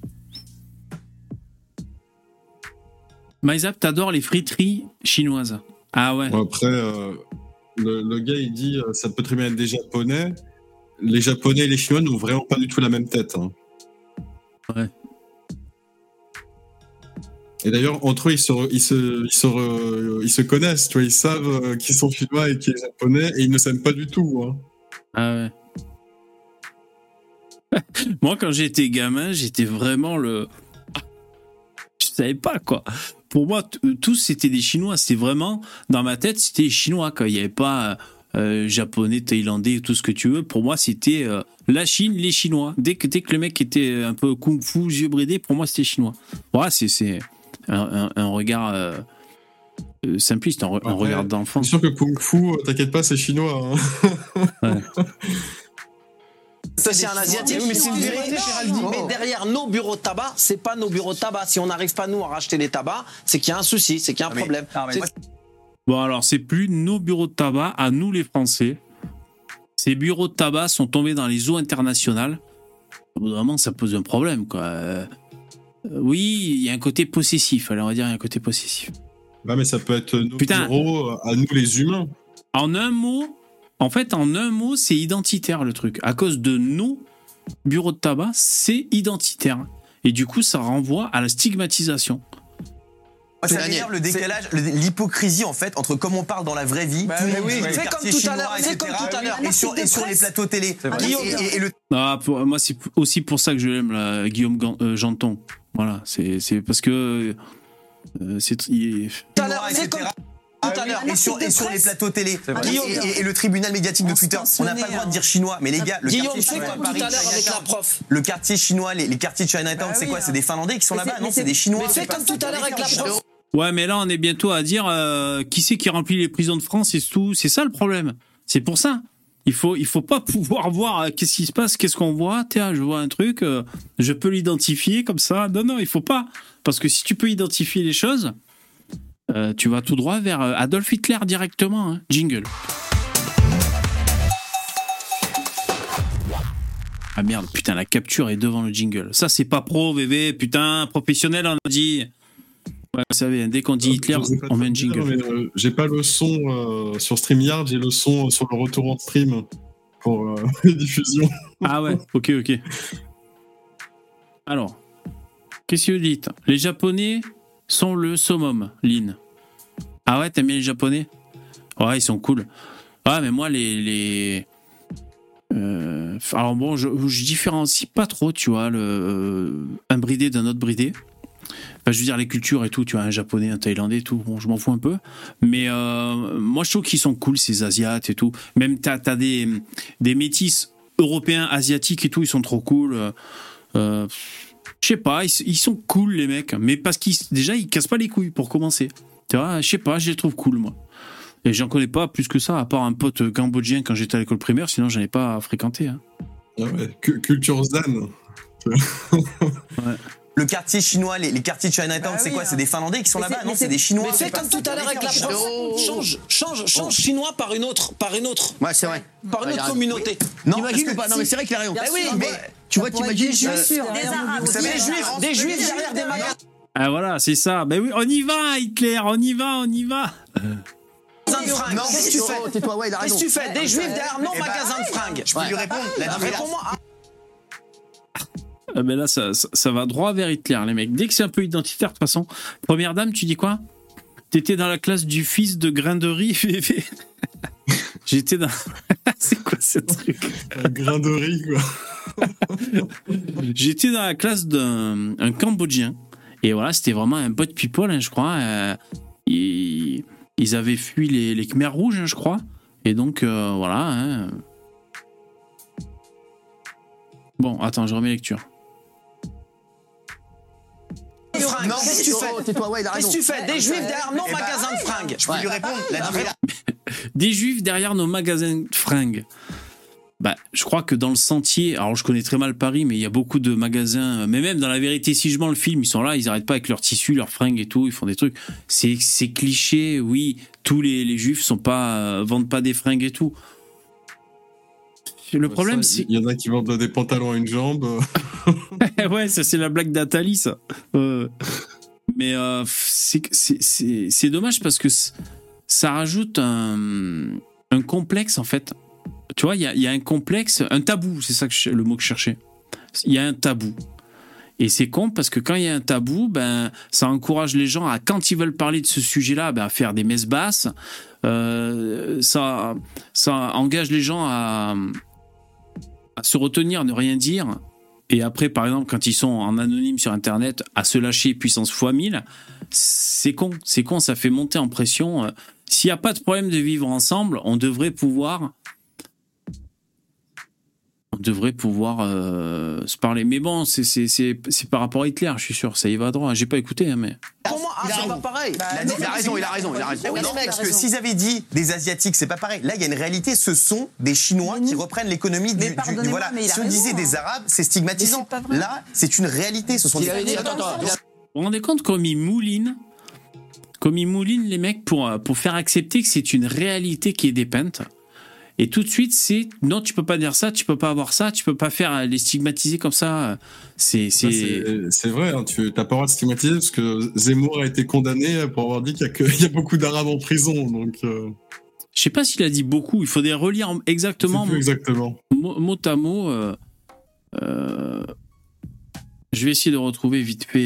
Maïzap, t'adores les friteries chinoises. Ah ouais. Après, le gars, il dit ça peut très bien être des Japonais. Les Japonais et les Chinois n'ont vraiment pas du tout la même tête. Hein. Ouais. Et d'ailleurs, entre eux, ils se connaissent, tu vois, ils savent qui sont Chinois et qui est Japonais, et ils ne s'aiment pas du tout. Hein. Ah ouais. Moi, quand j'étais gamin, j'étais vraiment le... Je savais pas, quoi. Pour moi, tous, c'était des Chinois. C'était vraiment... Dans ma tête, c'était Chinois, quoi. Il n'y avait pas Japonais, Thaïlandais, tout ce que tu veux. Pour moi, c'était la Chine, les Chinois. Dès que le mec était un peu kung-fu, yeux bridés, pour moi, c'était Chinois. Voilà, c'est un regard... simpliste, un regard d'enfant. C'est sûr que Kung Fu, t'inquiète pas, c'est chinois. Hein. Ouais. C'est un asiatique, mais c'est une vérité, Géraldine. Mais derrière nos bureaux de tabac, c'est pas nos bureaux de tabac. Si on n'arrive pas, nous, à racheter les tabacs, c'est qu'il y a un souci, c'est qu'il y a un problème. Bon, alors, c'est plus nos bureaux de tabac à nous, les Français. Ces bureaux de tabac sont tombés dans les eaux internationales. Vraiment, ça pose un problème, quoi. Oui, il y a un côté possessif. Alors, on va dire, il y a un côté possessif. Ouais, mais ça peut être nos bureaux à nous les humains. En un mot, c'est identitaire le truc. À cause de nos bureaux de tabac, c'est identitaire. Et du coup, ça renvoie à la stigmatisation. Ça veut dire le décalage, l'hypocrisie en fait entre comme on parle dans la vraie vie, c'est comme tout à l'heure, et sur les plateaux télé. Moi, c'est aussi pour ça que je l'aime, Guillaume Janton. Voilà, c'est parce que tout à l'heure, c'est comme et sur les plateaux télé et le tribunal médiatique de Twitter, on n'a pas le droit de dire chinois, mais les gars, Guillaume, c'est comme tout à l'heure avec la prof. Le quartier chinois, les quartiers de Chinatown, c'est quoi? C'est des Finlandais qui sont là-bas? Non, c'est des Chinois. Mais c'est comme tout à l'heure avec la prof. Ouais, mais là, on est bientôt à dire qui c'est qui remplit les prisons de France et tout. C'est ça le problème. C'est pour ça. Il faut pas pouvoir voir qu'est-ce qui se passe, qu'est-ce qu'on voit. Tiens, je vois un truc, je peux l'identifier comme ça. Non, il faut pas. Parce que si tu peux identifier les choses, tu vas tout droit vers Adolf Hitler directement. Hein. Jingle. Ah merde, putain, la capture est devant le jingle. Ça, c'est pas pro, VV. Putain, professionnel, on a dit. Ouais, vous savez, dès qu'on dit Hitler, on met un jingle. J'ai pas le son sur StreamYard, j'ai le son sur le retour en stream pour les diffusions. Ah ouais, ok. Alors, qu'est-ce que vous dites? Les Japonais sont le summum, Lynn. Ah ouais, t'aimes bien les Japonais? Ouais, ils sont cool. Ah, mais moi, alors bon, je différencie pas trop, tu vois, un bridé d'un autre bridé. Enfin, je veux dire, les cultures et tout, tu vois, un japonais, un thaïlandais et tout, bon, je m'en fous un peu. Mais moi, je trouve qu'ils sont cool, ces asiates et tout. Même t'as des métis européens, asiatiques et tout, ils sont trop cool. Je sais pas, ils sont cool, les mecs. Mais parce déjà, ils cassent pas les couilles, pour commencer. Tu vois, je sais pas, je les trouve cool, moi. Et j'en connais pas plus que ça, à part un pote cambodgien quand j'étais à l'école primaire, sinon j'en ai pas fréquenté. Hein. Ah ouais, culture Zan. Ouais. Le quartier chinois, les quartiers de Chinatown, c'est quoi? C'est des Finlandais qui sont là-bas? Non, c'est des Chinois. Mais c'est comme tout à l'heure avec la prof. Change chinois par une autre. Ouais, c'est vrai. Par une autre communauté. Non, imagine ou pas? Non, mais c'est vrai qu'il a raison. Mais tu vois, t'imagines des Arabes, des Juifs derrière des magasins. Ah voilà, c'est ça. Ben oui, on y va, Hitler, on y va. Non, qu'est-ce que tu fais? Tais-toi, ouais, il a raison. Qu'est-ce que tu fais? Des Juifs derrière nos magasins de fringues. Je peux lui répondre? Réponds-moi. Ah ben là, ça va droit vers Hitler, les mecs. Dès que c'est un peu identitaire, de toute façon. Première dame, tu dis quoi? T'étais dans la classe du fils de grain de riz, VV. J'étais dans... C'est quoi ce truc? Un grain de riz, quoi. J'étais dans la classe d'un Cambodgien. Et voilà, c'était vraiment un pote people, hein, je crois. Ils avaient fui les Khmers rouges, hein, je crois. Et donc, voilà. Hein. Bon, attends, je remets lecture. Non, qu'est-ce que tu fais? Tais-toi, ouais, il a raison. Qu'est-ce que tu fais? Des Juifs derrière nos magasins de fringues. Je peux lui répondre? Des Juifs derrière nos magasins de fringues. Bah, je crois que dans le Sentier, alors je connais très mal Paris, mais il y a beaucoup de magasins, mais même dans La Vérité si je mens le film, ils sont là, ils arrêtent pas avec leurs tissus, leurs fringues et tout, ils font des trucs. C'est cliché, oui, tous les Juifs vendent pas des fringues et tout. Le problème, c'est... Il y en a qui vendent des pantalons à une jambe. Ouais, ça c'est la blague d'Atali, ça. Mais c'est dommage parce que ça rajoute un complexe, en fait. Tu vois, il y a un complexe, un tabou, c'est ça le mot que je cherchais. Il y a un tabou. Et c'est con parce que quand il y a un tabou, ben, ça encourage les gens à, quand ils veulent parler de ce sujet-là, ben, à faire des messes basses. Ça engage les gens à se retenir, ne rien dire. Et après, par exemple, quand ils sont en anonyme sur Internet, à se lâcher puissance x 1000, c'est con, ça fait monter en pression. S'il n'y a pas de problème de vivre ensemble, on devrait pouvoir se parler. Mais bon, c'est par rapport à Hitler, je suis sûr, ça y va droit. J'ai pas écouté, hein, mais... Pour moi, c'est pas pareil. Il a raison. Oui, non, parce que s'ils avaient dit des Asiatiques, c'est pas pareil. Là, il y a une réalité, ce sont des Chinois qui reprennent l'économie du... Voilà. Si on disait des Arabes, c'est stigmatisant. Là, c'est une réalité, ce sont des... Vous vous rendez compte comme ils moulinent les mecs pour faire accepter que c'est une réalité qui est dépeinte. Et tout de suite, c'est non, tu peux pas dire ça, tu peux pas avoir ça, tu peux pas faire les stigmatiser comme ça. C'est vrai, hein, tu n'as pas le droit de stigmatiser parce que Zemmour a été condamné pour avoir dit qu'il y a beaucoup d'Arabes en prison. Donc, je sais pas s'il a dit beaucoup, il faudrait relire exactement. Mot à mot. Je vais essayer de retrouver vite fait.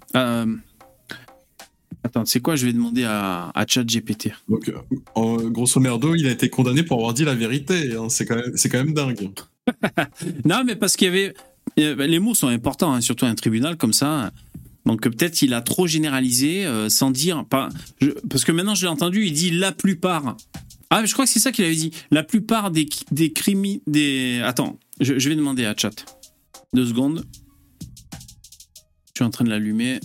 Attends, c'est quoi? Je vais demander à ChatGPT. Donc, grosso merdo, il a été condamné pour avoir dit la vérité. Hein. C'est quand même dingue. Non, mais parce qu'il y avait... Les mots sont importants, hein, surtout à un tribunal comme ça. Donc peut-être il a trop généralisé sans dire... Parce que maintenant, je l'ai entendu, il dit la plupart. Ah, je crois que c'est ça qu'il avait dit. La plupart des crimes... Attends, je vais demander à Chat. 2 secondes. Je suis en train de l'allumer.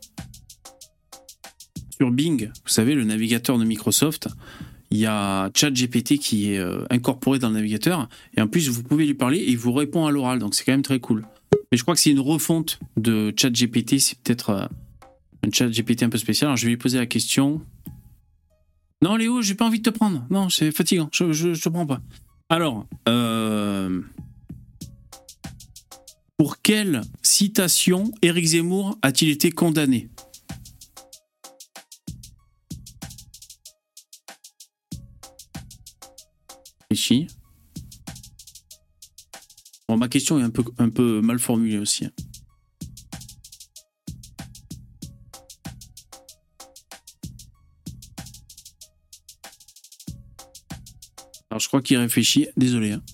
Sur Bing, vous savez, le navigateur de Microsoft, il y a ChatGPT qui est incorporé dans le navigateur. Et en plus, vous pouvez lui parler et il vous répond à l'oral. Donc, c'est quand même très cool. Mais je crois que c'est une refonte de ChatGPT. C'est peut-être un ChatGPT un peu spécial. Alors, je vais lui poser la question. Non, Léo, j'ai pas envie de te prendre. Non, c'est fatigant. Je te prends pas. Alors, pour quelle citation Éric Zemmour a-t-il été condamné ? Ici. Bon, ma question est un peu mal formulée aussi. Alors, je crois qu'il réfléchit. Désolé. Hein.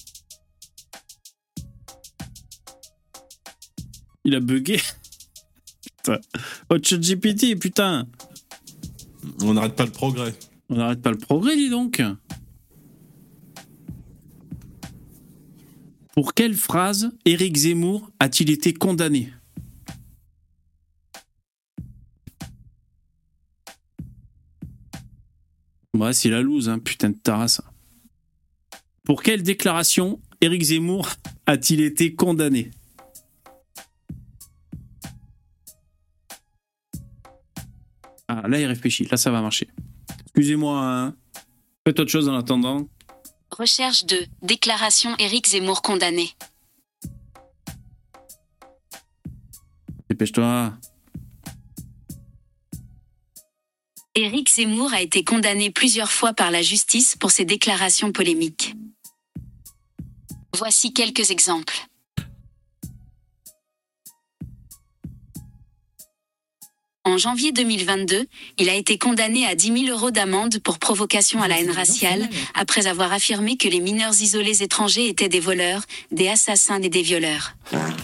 Il a bugué. Oh, ChatGPT, putain. On n'arrête pas le progrès. On n'arrête pas le progrès, dis donc. Pour quelle phrase Éric Zemmour a-t-il été condamné ? Ouais, c'est la loose, hein, putain de tarasse. Pour quelle déclaration Éric Zemmour a-t-il été condamné ? Ah, là, il réfléchit. Là, ça va marcher. Excusez-moi, hein. Faites autre chose en attendant. Recherche de déclaration Éric Zemmour condamné. Dépêche-toi. Éric Zemmour a été condamné plusieurs fois par la justice pour ses déclarations polémiques. Voici quelques exemples. En janvier 2022, il a été condamné à 10 000 € d'amende pour provocation à la haine raciale, après avoir affirmé que les mineurs isolés étrangers étaient des voleurs, des assassins et des violeurs.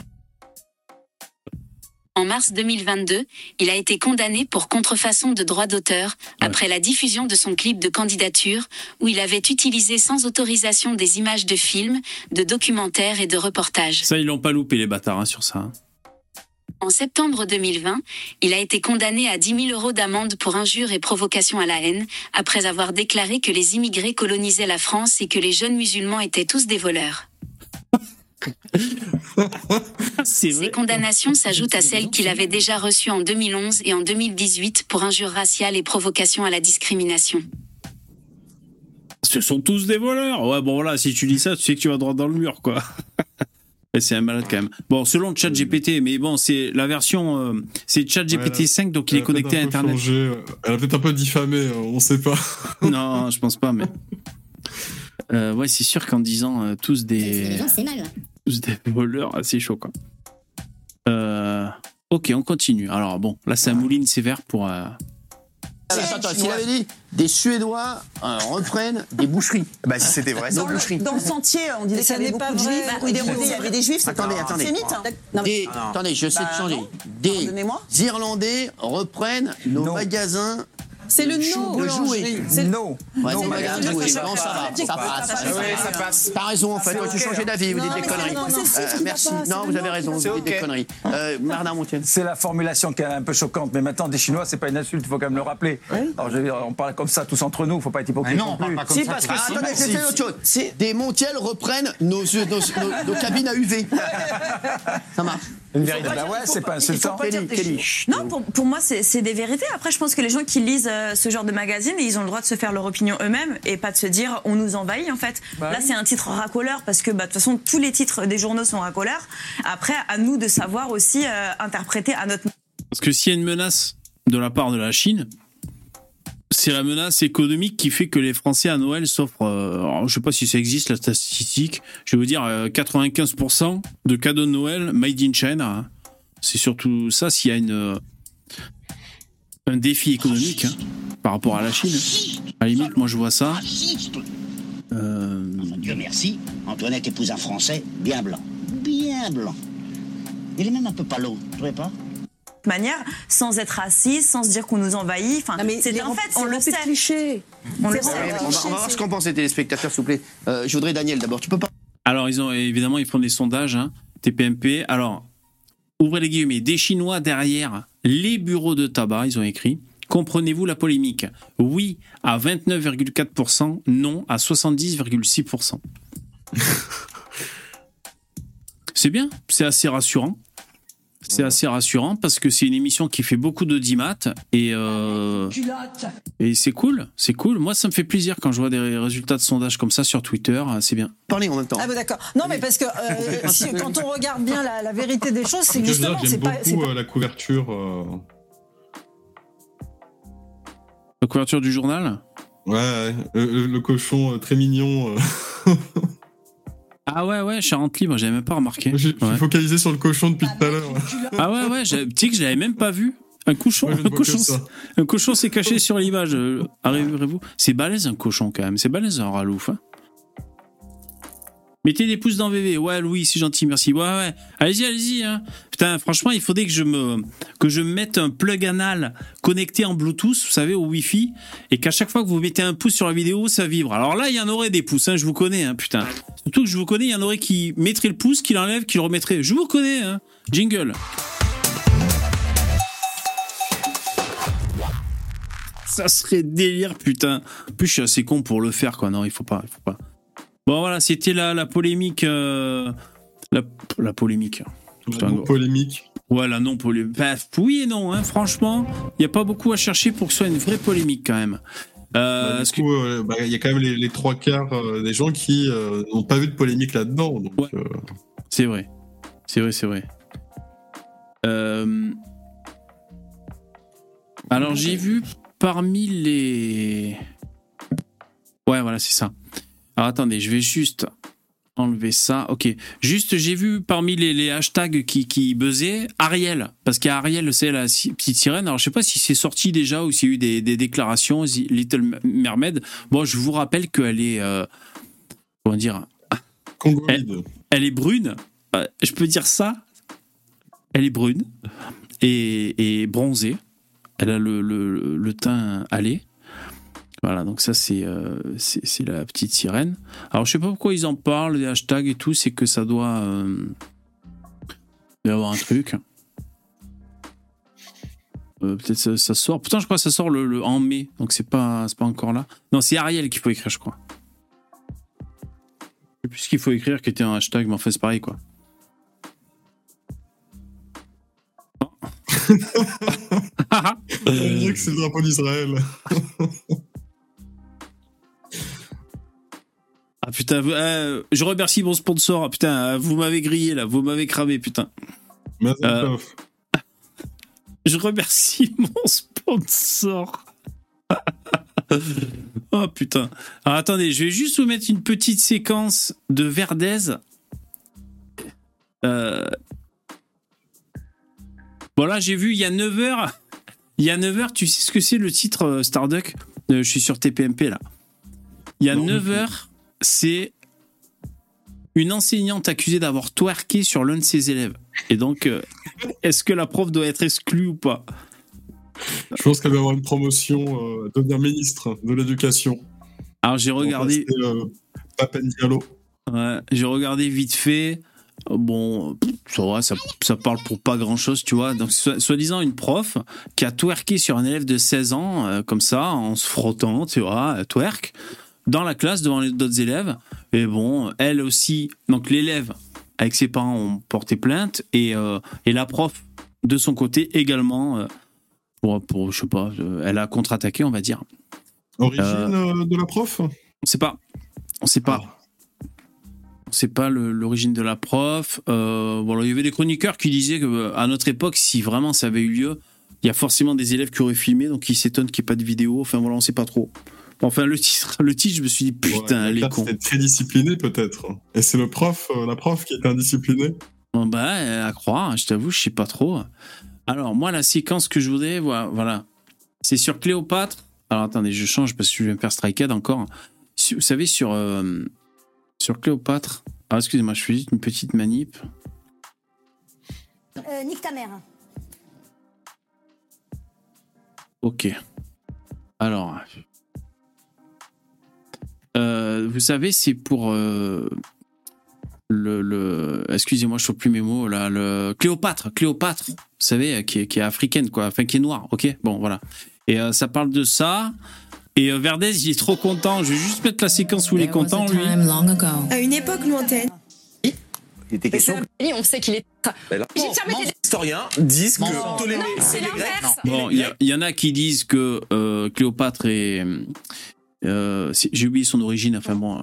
En mars 2022, il a été condamné pour contrefaçon de droits d'auteur, après la diffusion de son clip de candidature, où il avait utilisé sans autorisation des images de films, de documentaires et de reportages. Ça, ils l'ont pas loupé, les bâtards, hein, sur ça. Hein. En septembre 2020, il a été condamné à 10 000 € d'amende pour injure et provocation à la haine, après avoir déclaré que les immigrés colonisaient la France et que les jeunes musulmans étaient tous des voleurs. Ces condamnations s'ajoutent à celles qu'il avait déjà reçues en 2011 et en 2018 pour injure raciale et provocation à la discrimination. Ce sont tous des voleurs. Ouais, bon voilà, si tu dis ça, tu sais que tu vas droit dans le mur, quoi. C'est un malade quand même. Bon, selon ChatGPT, mais bon, c'est la version, c'est ChatGPT 5, donc il est connecté à Internet. Elle a peut-être un peu diffamé, on sait pas. Non, je pense pas, mais ouais, c'est sûr qu'en disant tous des, c'est mal. Tous des voleurs, c'est chaud, quoi. Ok, on continue. Alors bon, là, ça mouline sévère pour. Attends, s'il avait dit des Suédois reprennent des boucheries. Bah si c'était vrai, c'est boucheries. Dans le Sentier, on disait qu'il y avait beaucoup de juifs. Il y avait des juifs. Attendez. Attendez, je sais de changer. Des Irlandais reprennent nos magasins. C'est le no. Le jouet. C'est le no. Ouais, c'est magasin de jouets. Non, ça passe. T'as raison, en fait. Tu changes d'avis, vous dites des conneries. Merci. Non, vous avez raison, vous dites des conneries. Bernard Montiel. C'est la formulation qui est un peu choquante, mais maintenant, des Chinois, c'est pas une insulte, il faut quand même le rappeler. Alors, je veux dire, on parle comme ça tous entre nous, il ne faut pas être hypocrite. Non, on parle pas comme ça. Attendez, c'est autre chose. Des Montiel reprennent nos cabines à UV. Ça marche. Une vérité. Bah ouais, c'est pas insultant. Non, pour moi, c'est des vérités. Après, je pense que les gens qui lisent ce genre de magazine, ils ont le droit de se faire leur opinion eux-mêmes et pas de se dire on nous envahit en fait. Là, c'est un titre racoleur parce que de toute façon, tous les titres des journaux sont racoleurs. Après, à nous de savoir aussi interpréter à notre. Parce que s'il y a une menace de la part de la Chine, c'est la menace économique qui fait que les Français à Noël s'offrent, je ne sais pas si ça existe la statistique, je vais vous dire 95% de cadeaux de Noël made in China. C'est surtout ça s'il y a un défi économique par rapport à la Chine. À la limite, moi je vois ça. Dieu merci, Antoinette épouse un Français bien blanc. Bien blanc. Il est même un peu palo, tu ne trouvez pas ? Manière, sans être raciste, sans se dire qu'on nous envahit. Enfin, c'est en fait, on le sait. Cliché. On le sait. On va voir ce qu'en pensent les téléspectateurs, s'il vous plaît. Je voudrais Daniel d'abord. Tu peux pas. Alors évidemment ils font des sondages, TPMP. Alors ouvrez les guillemets. Des Chinois derrière les bureaux de tabac, ils ont écrit. Comprenez-vous la polémique ? Oui à 29,4%, non à 70,6%. C'est bien, c'est assez rassurant. C'est assez rassurant parce que c'est une émission qui fait beaucoup d'audimat et c'est cool, c'est cool. Moi, ça me fait plaisir quand je vois des résultats de sondages comme ça sur Twitter, c'est bien. Parlez en même temps. Ah bah d'accord. Non mais parce que quand on regarde bien la vérité des choses, c'est que justement j'aime beaucoup la couverture. La couverture du journal ? Ouais, le cochon très mignon. Ah ouais, Charente Libre, j'avais même pas remarqué. Je suis focalisé sur le cochon depuis tout à l'heure. Ah ouais, tu sais que je l'avais même pas vu. Un cochon s'est caché sur l'image. Arriverez-vous ? C'est balèze un cochon quand même, c'est balèze un ralouf. Mettez des pouces dans VV. Ouais, Louis, c'est gentil, merci. Ouais. Allez-y. Hein. Putain, franchement, il faudrait que je me mette un plug anal connecté en Bluetooth, vous savez, au Wi-Fi, et qu'à chaque fois que vous mettez un pouce sur la vidéo, ça vibre. Alors là, il y en aurait des pouces, hein, je vous connais, hein, putain. Surtout que je vous connais, il y en aurait qui mettraient le pouce, qui l'enlèvent, qui le remettraient. Je vous connais, hein. Jingle. Ça serait délire, putain. En plus, je suis assez con pour le faire, quoi. Non, il faut pas. Bon, voilà, c'était la polémique. La polémique. La polémique. Ouais, la non-polémique. Bah, oui et non, hein, franchement. Il n'y a pas beaucoup à chercher pour que ce soit une vraie polémique, quand même. Il y a quand même les 3/4 des gens qui n'ont pas vu de polémique là-dedans. Donc, ouais. C'est vrai. Alors, j'ai vu parmi les... Ouais, voilà, c'est ça. Alors attendez, je vais juste enlever ça. Ok. Juste, j'ai vu parmi les hashtags qui buzzaient Ariel. Parce qu'Ariel, c'est la petite sirène. Alors je sais pas si c'est sorti déjà ou s'il y a eu des déclarations. Little Mermaid. Bon, je vous rappelle qu'elle est. Comment dire ? Congoïde. Elle est brune. Je peux dire ça ? Elle est brune et bronzée. Elle a le teint allé. Voilà, donc ça c'est la petite sirène. Alors je sais pas pourquoi ils en parlent, des hashtags et tout, c'est que ça doit y avoir un truc. Peut-être ça sort. Putain, je crois que ça sort le en mai, donc c'est pas encore là. Non, c'est Ariel qu'il faut écrire, je crois. Je sais plus ce qu'il faut écrire qui était un hashtag, mais enfin c'est pareil quoi. On dirait que c'est le drapeau d'Israël. Ah putain, je remercie mon sponsor. Ah, putain, vous m'avez grillé là, vous m'avez cramé, putain. Je remercie mon sponsor. Oh putain. Alors attendez, je vais juste vous mettre une petite séquence de Verdez. Bon là, j'ai vu il y a 9h. Il y a 9h, tu sais ce que c'est le titre Starduck ? Je suis sur TPMP là. Il y a 9h. C'est une enseignante accusée d'avoir twerké sur l'un de ses élèves. Et donc, est-ce que la prof doit être exclue ou pas ? Je pense qu'elle va avoir une promotion à devenir ministre de l'Éducation. Alors, j'ai regardé... Papendialo. Ouais, j'ai regardé vite fait. Bon, ça parle pour pas grand-chose, tu vois. Donc, soi-disant, une prof qui a twerké sur un élève de 16 ans, comme ça, en se frottant, tu vois, twerk, dans la classe, devant les d'autres élèves. Et bon, elle aussi, donc l'élève, avec ses parents, ont porté plainte et la prof, de son côté, également, pour je sais pas, elle a contre-attaqué, on va dire. Origine de la prof ? On sait pas. On sait pas l'origine de la prof. Voilà, il y avait des chroniqueurs qui disaient qu'à notre époque, si vraiment ça avait eu lieu, il y a forcément des élèves qui auraient filmé, donc ils s'étonnent qu'il n'y ait pas de vidéo. Enfin voilà, on sait pas trop. Enfin, le titre, je me suis dit, putain, elle est con. C'était très discipliné, peut-être. Et c'est la prof qui était indisciplinée. À croire, je t'avoue, je sais pas trop. Alors, moi, la séquence que je voudrais, voilà. C'est sur Cléopâtre. Alors, attendez, je change parce que je vais me faire strikead encore. Vous savez, sur Cléopâtre. Ah, excusez-moi, je fais juste une petite manip. Nique ta mère. Ok. Alors. Vous savez, c'est pour excusez-moi, je ne trouve plus mes mots là. Le Cléopâtre, vous savez, qui est africaine, quoi, enfin qui est noire. Ok, bon, voilà. Et ça parle de ça. Et Verdez, il est trop content. Je vais juste mettre la séquence où il est content, lui. À une époque lointaine. Il était question. On sait qu'il est. Les historiens disent que Ptolémée, c'est les Grecs. Bon, il y en a qui disent que Cléopâtre est. J'ai oublié son origine, enfin bon,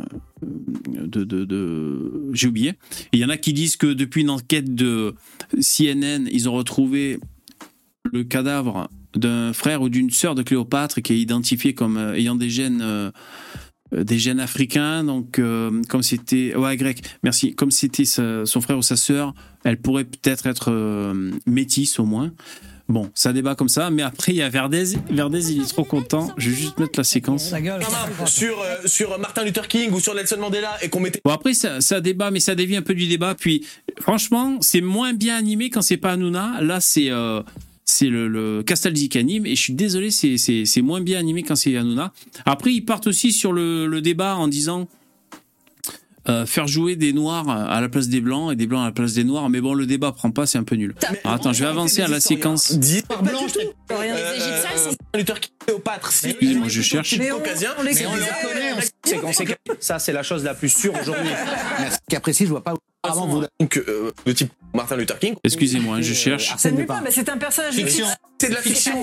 j'ai oublié. Il y en a qui disent que depuis une enquête de CNN, ils ont retrouvé le cadavre d'un frère ou d'une sœur de Cléopâtre qui est identifié comme ayant des gènes africains. Donc, comme c'était grec, merci. Comme c'était son frère ou sa sœur, elle pourrait peut-être être métisse au moins. Bon, ça débat comme ça, mais après il y a Verdez. Verdez, il est trop content. Je vais juste mettre la séquence. Sur Martin Luther King ou sur Nelson Mandela et qu'on mettait. Bon, après ça débat, mais ça dévie un peu du débat. Puis franchement, c'est moins bien animé quand c'est pas Hanouna. Là, c'est le Castaldi qui anime, et je suis désolé, c'est moins bien animé quand c'est Hanouna. Après, ils partent aussi sur le débat en disant. Faire jouer des noirs à la place des blancs et des blancs à la place des noirs, mais bon, le débat prend pas, c'est un peu nul. Alors, attends, je vais avancer à la séquence. Les Égyptiens, Luther King, Cléopâtre. Excusez-moi, je cherche. mais on les connaît. Ça, c'est la chose la plus sûre aujourd'hui. Qu'après, je vois pas. Donc, le type Martin Luther King. Excusez-moi, je cherche. Mais c'est un personnage fiction. C'est de la fiction.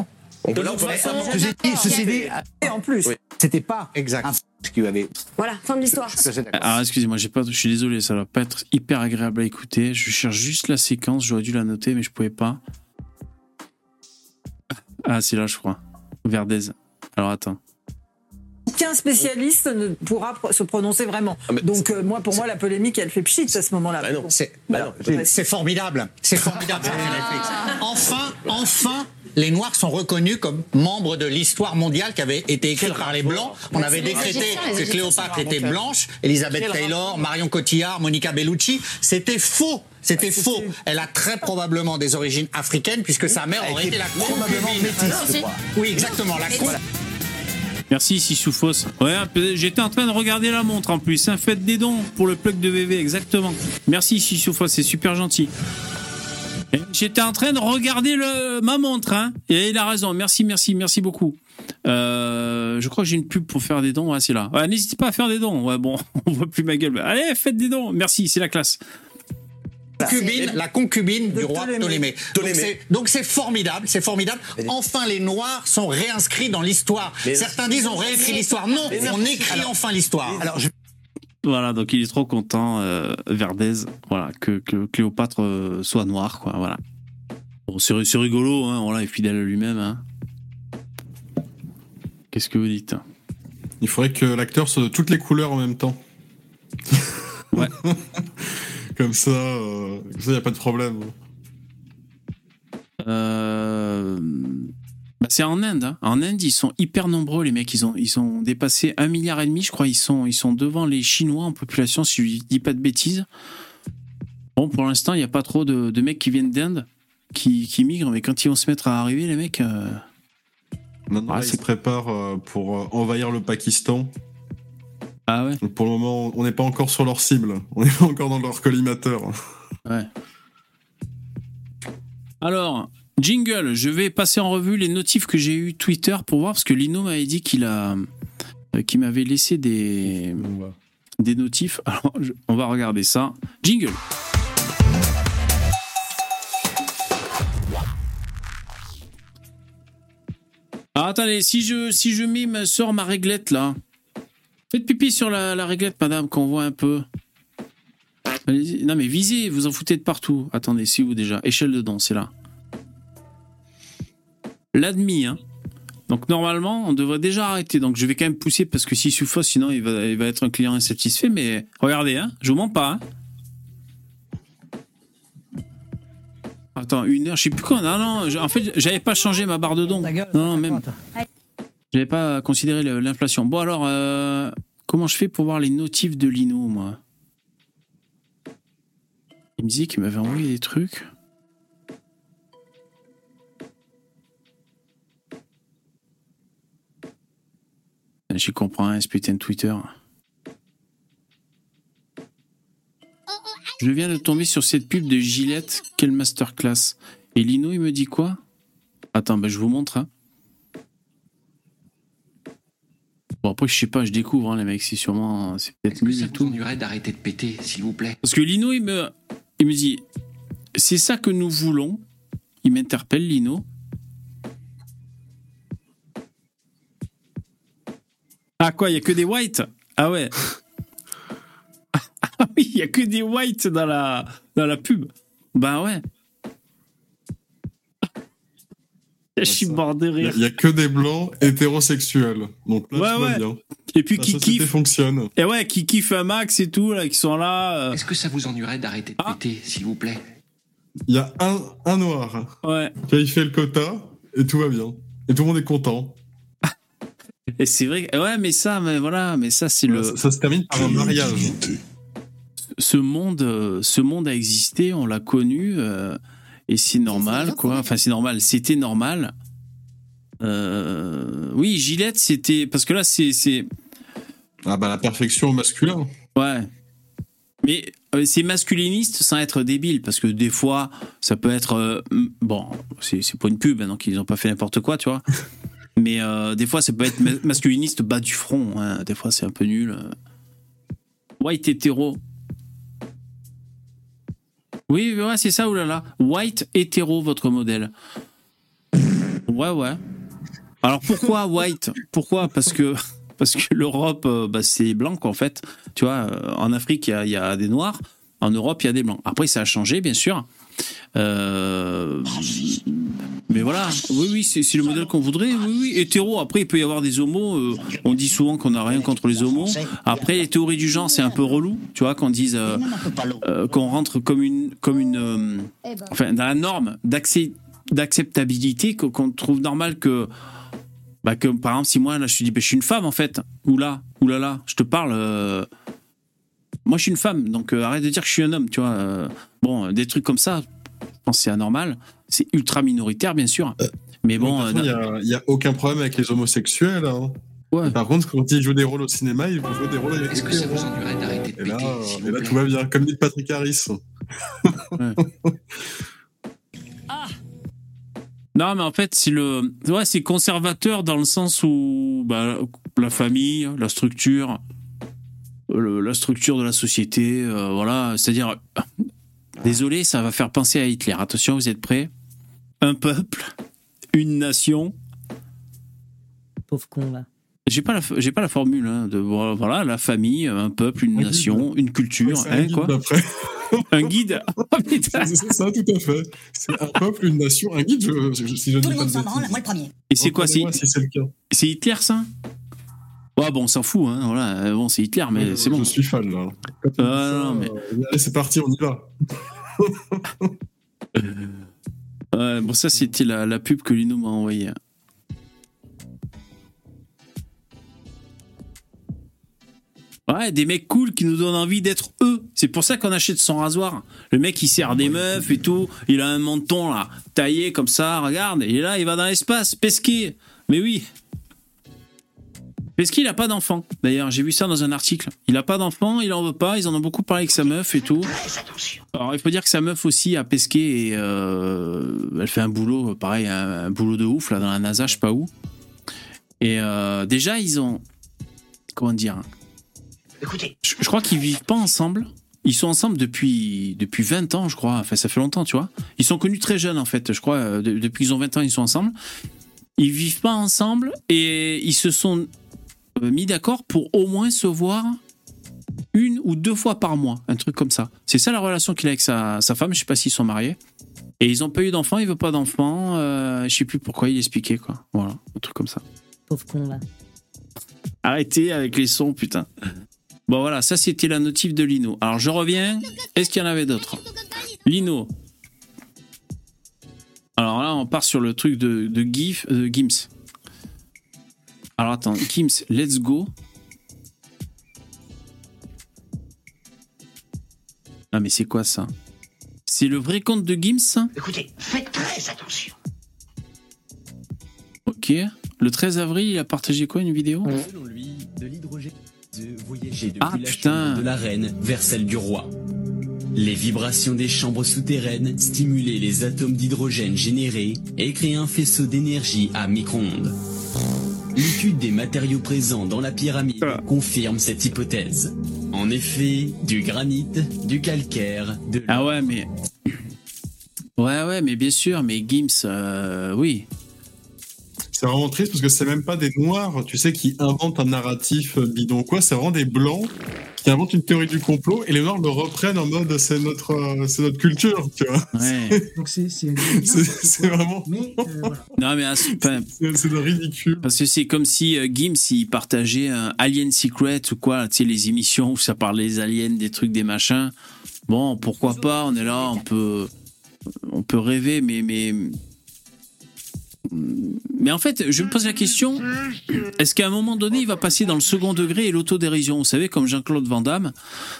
Ceci dit, en plus, c'était pas exact. Voilà, fin de l'histoire. Alors, excusez-moi, je suis désolé, ça va pas être hyper agréable à écouter. Je cherche juste la séquence, j'aurais dû la noter, mais je pouvais pas. Ah, c'est là, je crois. Verdez. Alors, attends. Aucun spécialiste ne pourra se prononcer vraiment. Donc, pour moi, la polémique, elle fait pchit à ce moment-là. C'est formidable. C'est formidable. Enfin, les Noirs sont reconnus comme membres de l'histoire mondiale qui avait été écrite par les Blancs. On avait décrété que Cléopâtre était blanche, Elizabeth Taylor, Marion Cotillard, Monica Bellucci. C'était faux. C'était faux. Elle a très probablement des origines africaines puisque sa mère aurait été la concubine. Oui, exactement. Merci Sissoufos. Ouais, j'étais en train de regarder la montre en plus. Faites des dons pour le plug de VV, exactement. Merci Sissoufos, c'est super gentil. J'étais en train de regarder ma montre, hein. Et il a raison. Merci beaucoup. Je crois que j'ai une pub pour faire des dons. Ouais, c'est là. Ouais, n'hésitez pas à faire des dons. Ouais, bon, on voit plus ma gueule. Allez, faites des dons. Merci, c'est la classe. La concubine du roi Ptolémée. Donc c'est formidable, c'est formidable. Enfin, les Noirs sont réinscrits dans l'histoire. Certains disent on réécrit l'histoire. Non, on écrit enfin l'histoire. Voilà, donc il est trop content, Verdez, voilà, que Cléopâtre soit noire, quoi, voilà. Bon, c'est rigolo, hein, voilà, il est fidèle à lui-même, hein. Qu'est-ce que vous dites? Il faudrait que l'acteur soit de toutes les couleurs en même temps. Ouais. Comme ça, il n'y a pas de problème. C'est en Inde. Hein. En Inde, ils sont hyper nombreux, les mecs. Ils ont dépassé 1,5 milliard, je crois. Ils sont devant les Chinois en population, si je dis pas de bêtises. Bon, pour l'instant, il n'y a pas trop de mecs qui viennent d'Inde, qui migrent, mais quand ils vont se mettre à arriver, les mecs... Maintenant, ils se préparent pour envahir le Pakistan. Ah ouais. Pour le moment, on n'est pas encore sur leur cible. On n'est pas encore dans leur collimateur. Ouais. Alors, jingle, je vais passer en revue les notifs que j'ai eu Twitter pour voir, parce que Lino m'avait dit qu'il m'avait laissé des Des notifs. Alors, on va regarder ça. Jingle. Ah, attendez, si je mets sors ma réglette là. Faites pipi sur la réglette, madame, qu'on voit un peu. Allez-y. Non mais visez, vous en foutez de partout. Attendez, c'est où déjà? Échelle de don, c'est là. L'admis, hein. Donc normalement, on devrait déjà arrêter. Donc je vais quand même pousser parce que s'il suffit, sinon il va être un client insatisfait. Mais regardez, hein, je vous mens pas. Hein. Attends, 1 heure, je sais plus quand. Non, en fait, j'avais pas changé ma barre de don. Non, même. J'avais pas considéré l'inflation. Bon alors, comment je fais pour voir les notifs de Lino, moi? Il me disait qu'il m'avait envoyé des trucs. J'y comprends rien, ce putain de Twitter. Je viens de tomber sur cette pub de Gillette. Quelle masterclass. Et Lino, il me dit quoi? Attends, je vous montre. Hein. Bon, après, je sais pas, je découvre, hein, les mecs, c'est sûrement... C'est peut-être mieux et tout. D'arrêter de péter, s'il vous plaît. Parce que Lino, il me dit, c'est ça que nous voulons. Il m'interpelle, Lino. Ah quoi, il n'y a que des whites? Ah ouais. Ah oui, il n'y a que des whites dans la pub. Bah ouais. Je suis mort de rire. Il n'y a que des blancs hétérosexuels. Donc là, ouais, tout va bien. Et puis qui kiffent. Fonctionne. Et ouais, qui kiffent un max et tout, là, qui sont là. Est-ce que ça vous ennuierait d'arrêter de péter, s'il vous plaît? Il y a un noir. Ouais. Qui fait le quota et tout va bien. Et tout le monde est content. Et c'est vrai. Ouais, mais ça, c'est le. Ça se termine par un mariage. Ce monde a existé, on l'a connu, et c'est normal, quoi. Enfin, c'est normal. C'était normal. Oui, Gillette, c'était parce que là, c'est. Ah la perfection au masculin. Ouais. Mais c'est masculiniste sans être débile, parce que des fois, ça peut être... bon, c'est pas une pub, hein, donc ils n'ont pas fait n'importe quoi, tu vois. Mais des fois, ça peut être masculiniste bas du front. Hein. Des fois, c'est un peu nul. White hétéro. Oui, ouais, c'est ça, oulala. White hétéro, votre modèle. Ouais. Alors pourquoi white? Pourquoi? Parce que l'Europe, c'est blanc, en fait. Tu vois, en Afrique, il y a des noirs. En Europe, il y a des blancs. Après, ça a changé, bien sûr. Mais voilà. Oui, c'est le modèle qu'on voudrait. Oui. Hétéro. Après, il peut y avoir des homos. On dit souvent qu'on n'a rien contre les homos. Après, les théories du genre, c'est un peu relou. Tu vois, qu'on dise qu'on rentre comme une enfin, dans la norme d'acceptabilité, qu'on trouve normal que par exemple, si moi, là, je te dis, je suis une femme, en fait. Oulala, je te parle... Moi, je suis une femme, donc arrête de dire que je suis un homme, tu vois. Bon, des trucs comme ça, je pense que c'est anormal. C'est ultra minoritaire, bien sûr. Mais bon... Il n'y a aucun problème avec les homosexuels. Hein. Ouais. Par contre, quand ils jouent des rôles au cinéma, ils vont jouer des rôles avec les Est-ce que ça vous ennuierait d'arrêter de péter, et là, tout va bien, comme dit Patrick Harris. Ouais. Non, mais en fait, c'est conservateur dans le sens où la famille, la structure de la société, voilà. C'est-à-dire, désolé, ça va faire penser à Hitler. Attention, vous êtes prêts? Un peuple, une nation. Pauvre con, là. J'ai pas la formule, hein, de voilà, la famille, un peuple, une nation, une culture, hein, quoi. Un guide. Oh, putain. C'est ça, tout à fait. C'est un peuple, une nation, un guide. Si je tout le monde s'en branle, moi le premier. Et c'est quoi, si c'est le cas. C'est Hitler, ça? Ouais, bon, on s'en fout, hein. Voilà, bon, c'est Hitler, mais c'est bon. Je suis fan là. Non, mais... Allez, c'est parti, on y va. Bon, ça, c'était la pub que Lino m'a envoyée. Ouais, des mecs cool qui nous donnent envie d'être eux. C'est pour ça qu'on achète son rasoir. Le mec, il sert des meufs et tout. Il a un menton, là, taillé comme ça. Regarde, il est là, il va dans l'espace, pesquer. Mais oui. Pesquer, il a pas d'enfant. D'ailleurs, j'ai vu ça dans un article. Il a pas d'enfant, il en veut pas. Ils en ont beaucoup parlé avec sa meuf et tout. Alors, il faut dire que sa meuf aussi a pesqué et elle fait un boulot, pareil, un boulot de ouf, là, dans la NASA, je sais pas où. Et déjà, ils ont... Comment dire ? Écoutez. Je crois qu'ils vivent pas ensemble. Ils sont ensemble depuis 20 ans, je crois. Enfin, ça fait longtemps, tu vois. Ils sont connus très jeunes, en fait. Je crois, depuis qu'ils ont 20 ans, ils sont ensemble. Ils vivent pas ensemble et ils se sont mis d'accord pour au moins se voir 1 ou 2 fois par mois. Un truc comme ça. C'est ça la relation qu'il a avec sa femme. Je sais pas s'ils sont mariés. Et ils ont pas eu d'enfants, il veut pas d'enfants. Je sais plus pourquoi il expliquait, quoi. Voilà, un truc comme ça. Pauvre con, là. Arrêtez avec les sons, putain. Bon, voilà, ça c'était la notif de Lino. Alors je reviens. Est-ce qu'il y en avait d'autres? Lino. Alors là, on part sur le truc de Gims. Alors attends, Gims, let's go. Ah, mais c'est quoi ça? C'est le vrai compte de Gims? Écoutez, faites très attention. Ok. Le 13 avril, il a partagé quoi, une vidéo? Selon lui, de l'hydrogène voyageait depuis la chambre de la reine vers celle du roi. Les vibrations des chambres souterraines stimulaient les atomes d'hydrogène générés et créaient un faisceau d'énergie à micro-ondes. L'étude des matériaux présents dans la pyramide confirme cette hypothèse. En effet, du granit, du calcaire, de... Ah ouais, mais... Ouais, mais bien sûr, mais Gims, oui. C'est vraiment triste parce que c'est même pas des noirs, tu sais, qui inventent un narratif bidon ou quoi, c'est vraiment des blancs qui inventent une théorie du complot et les noirs le reprennent en mode c'est notre culture, tu vois. Ouais. Donc c'est vraiment... Mais, voilà. Non, mais c'est de ridicule. Parce que c'est comme si Gims, il partageait un Alien Secret ou quoi, tu sais, les émissions où ça parle des aliens, des trucs, des machins. Bon, pourquoi pas, on est là, on peut rêver, mais en fait, je me pose la question, est-ce qu'à un moment donné, il va passer dans le second degré et l'autodérision? Vous savez, comme Jean-Claude Van Damme.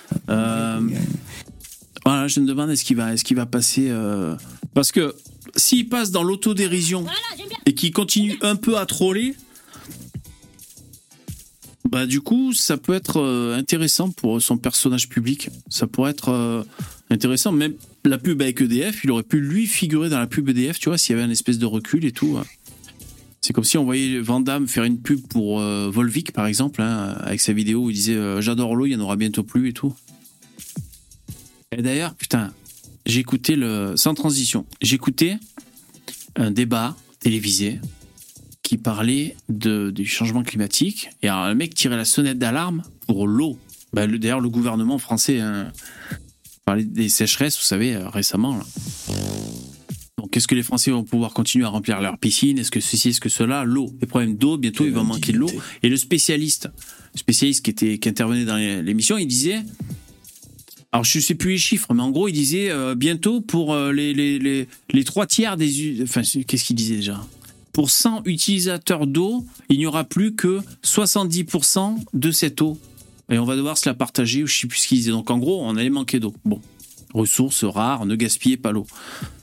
Voilà, je me demande, est-ce qu'il va passer... Parce que s'il passe dans l'autodérision et qu'il continue un peu à troller, bah du coup, ça peut être intéressant pour son personnage public. Ça pourrait être intéressant. Même la pub avec EDF, il aurait pu lui figurer dans la pub EDF, tu vois, s'il y avait un espèce de recul et tout. C'est comme si on voyait Van Damme faire une pub pour Volvic, par exemple, hein, avec sa vidéo où il disait j'adore l'eau, il y en aura bientôt plus et tout. Et d'ailleurs, putain, j'écoutais sans transition, j'écoutais un débat télévisé qui parlait du changement climatique. Et alors, le mec tirait la sonnette d'alarme pour l'eau. Bah, d'ailleurs, le gouvernement français parlait des sécheresses, vous savez, récemment. Là. Donc, est-ce que les Français vont pouvoir continuer à remplir leurs piscines? Est-ce que ceci, est-ce que cela? L'eau. Les problèmes d'eau, bientôt, il va manquer de l'eau. Et le spécialiste qui intervenait dans l'émission, il disait... Alors, je ne sais plus les chiffres, mais en gros, il disait bientôt, pour les 3/3 des... Enfin, qu'est-ce qu'il disait déjà? Pour 100 utilisateurs d'eau, il n'y aura plus que 70% de cette eau. Et on va devoir se la partager, ou je ne sais plus ce qu'il disait. Donc en gros, on allait manquer d'eau. Bon, ressources rares, ne gaspillez pas l'eau.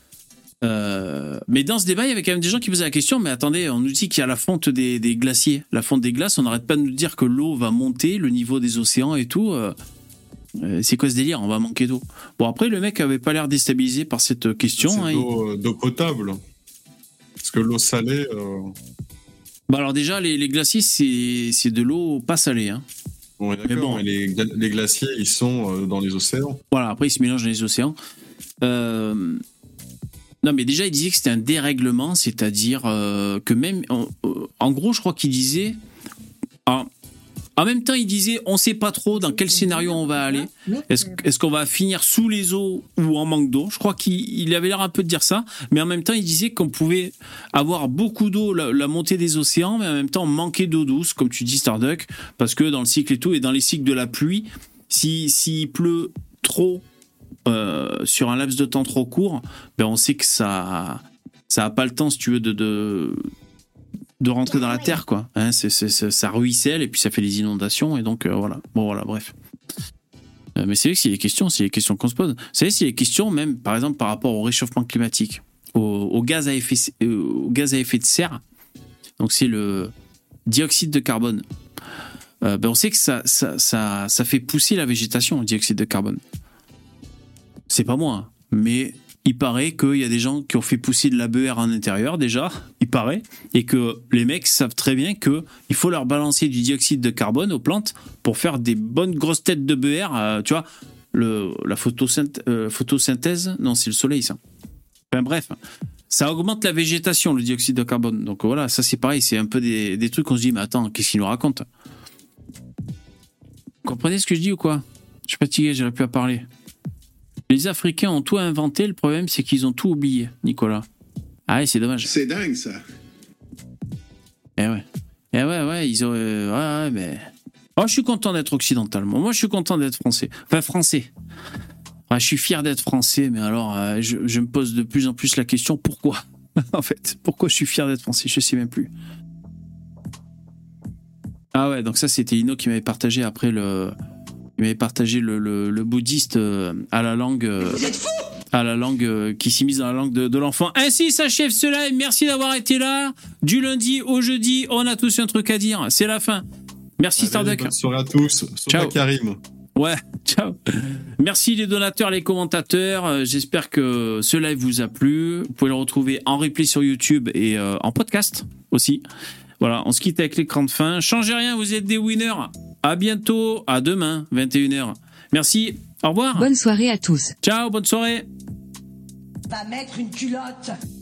Mais dans ce débat, il y avait quand même des gens qui posaient la question, mais attendez, on nous dit qu'il y a la fonte des glaciers. La fonte des glaces, on n'arrête pas de nous dire que l'eau va monter, le niveau des océans et tout. C'est quoi ce délire? On va manquer d'eau. Bon, après, le mec avait pas l'air déstabilisé par cette question. C'est d'eau potable. Parce que l'eau salée... Bah alors déjà, les glaciers, c'est de l'eau pas salée. Hein. Ouais, d'accord, mais les glaciers, ils sont dans les océans. Voilà, après, ils se mélangent dans les océans. Non, mais déjà, il disait que c'était un dérèglement, c'est-à-dire que même... En gros, je crois qu'il disait... En même temps, il disait, on ne sait pas trop dans quel scénario on va aller. Est-ce qu'on va finir sous les eaux ou en manque d'eau? Je crois qu'il avait l'air un peu de dire ça. Mais en même temps, il disait qu'on pouvait avoir beaucoup d'eau, la montée des océans, mais en même temps manquer d'eau douce, comme tu dis, Starduck, parce que dans le cycle et tout, et dans les cycles de la pluie, s'il pleut trop sur un laps de temps trop court, ben on sait que ça n'a pas le temps, si tu veux, de rentrer dans la terre, quoi. Hein, ça ruisselle et puis ça fait des inondations et donc voilà. Bon voilà, bref. Mais c'est vrai que c'est les questions qu'on se pose. Vous savez, c'est les questions même, par exemple, par rapport au réchauffement climatique, au gaz à effet de serre. Donc c'est le dioxyde de carbone. Ben on sait que ça fait pousser la végétation, le dioxyde de carbone. C'est pas moi, hein, mais il paraît qu'il y a des gens qui ont fait pousser de la BER en intérieur déjà, il paraît, et que les mecs savent très bien qu'il faut leur balancer du dioxyde de carbone aux plantes pour faire des bonnes grosses têtes de BER, tu vois, la photosynthèse, non, c'est le soleil ça. Enfin bref, ça augmente la végétation, le dioxyde de carbone. Donc voilà, ça c'est pareil, c'est un peu des trucs qu'on se dit, mais attends, qu'est-ce qu'il nous raconte? Vous comprenez ce que je dis ou quoi? Je suis fatigué, j'aurais plus à parler. Les Africains ont tout inventé, le problème c'est qu'ils ont tout oublié, Nicolas. Ah ouais, c'est dommage. C'est dingue ça. Eh ouais, ils ont... ouais, mais... Oh, je suis content d'être occidental. Moi, je suis content d'être français. Enfin, français. Je suis fier d'être français, mais alors, je me pose de plus en plus la question, pourquoi? En fait, pourquoi je suis fier d'être français? Je sais même plus. Ah ouais, donc ça, c'était Ino qui m'avait partagé après il m'avait partagé le bouddhiste à la langue... Vous êtes fous! À la langue qui s'immisce dans la langue de l'enfant. Ainsi s'achève ce live. Merci d'avoir été là. Du lundi au jeudi, on a tous un truc à dire. C'est la fin. Merci Starduck. Bonne soirée à tous. Ciao Karim. Ouais, ciao. Merci les donateurs, les commentateurs. J'espère que ce live vous a plu. Vous pouvez le retrouver en replay sur YouTube et en podcast aussi. Voilà, on se quitte avec l'écran de fin. Changez rien, vous êtes des winners. À bientôt, à demain, 21h. Merci, au revoir. Bonne soirée à tous. Ciao, bonne soirée. Va mettre une culotte.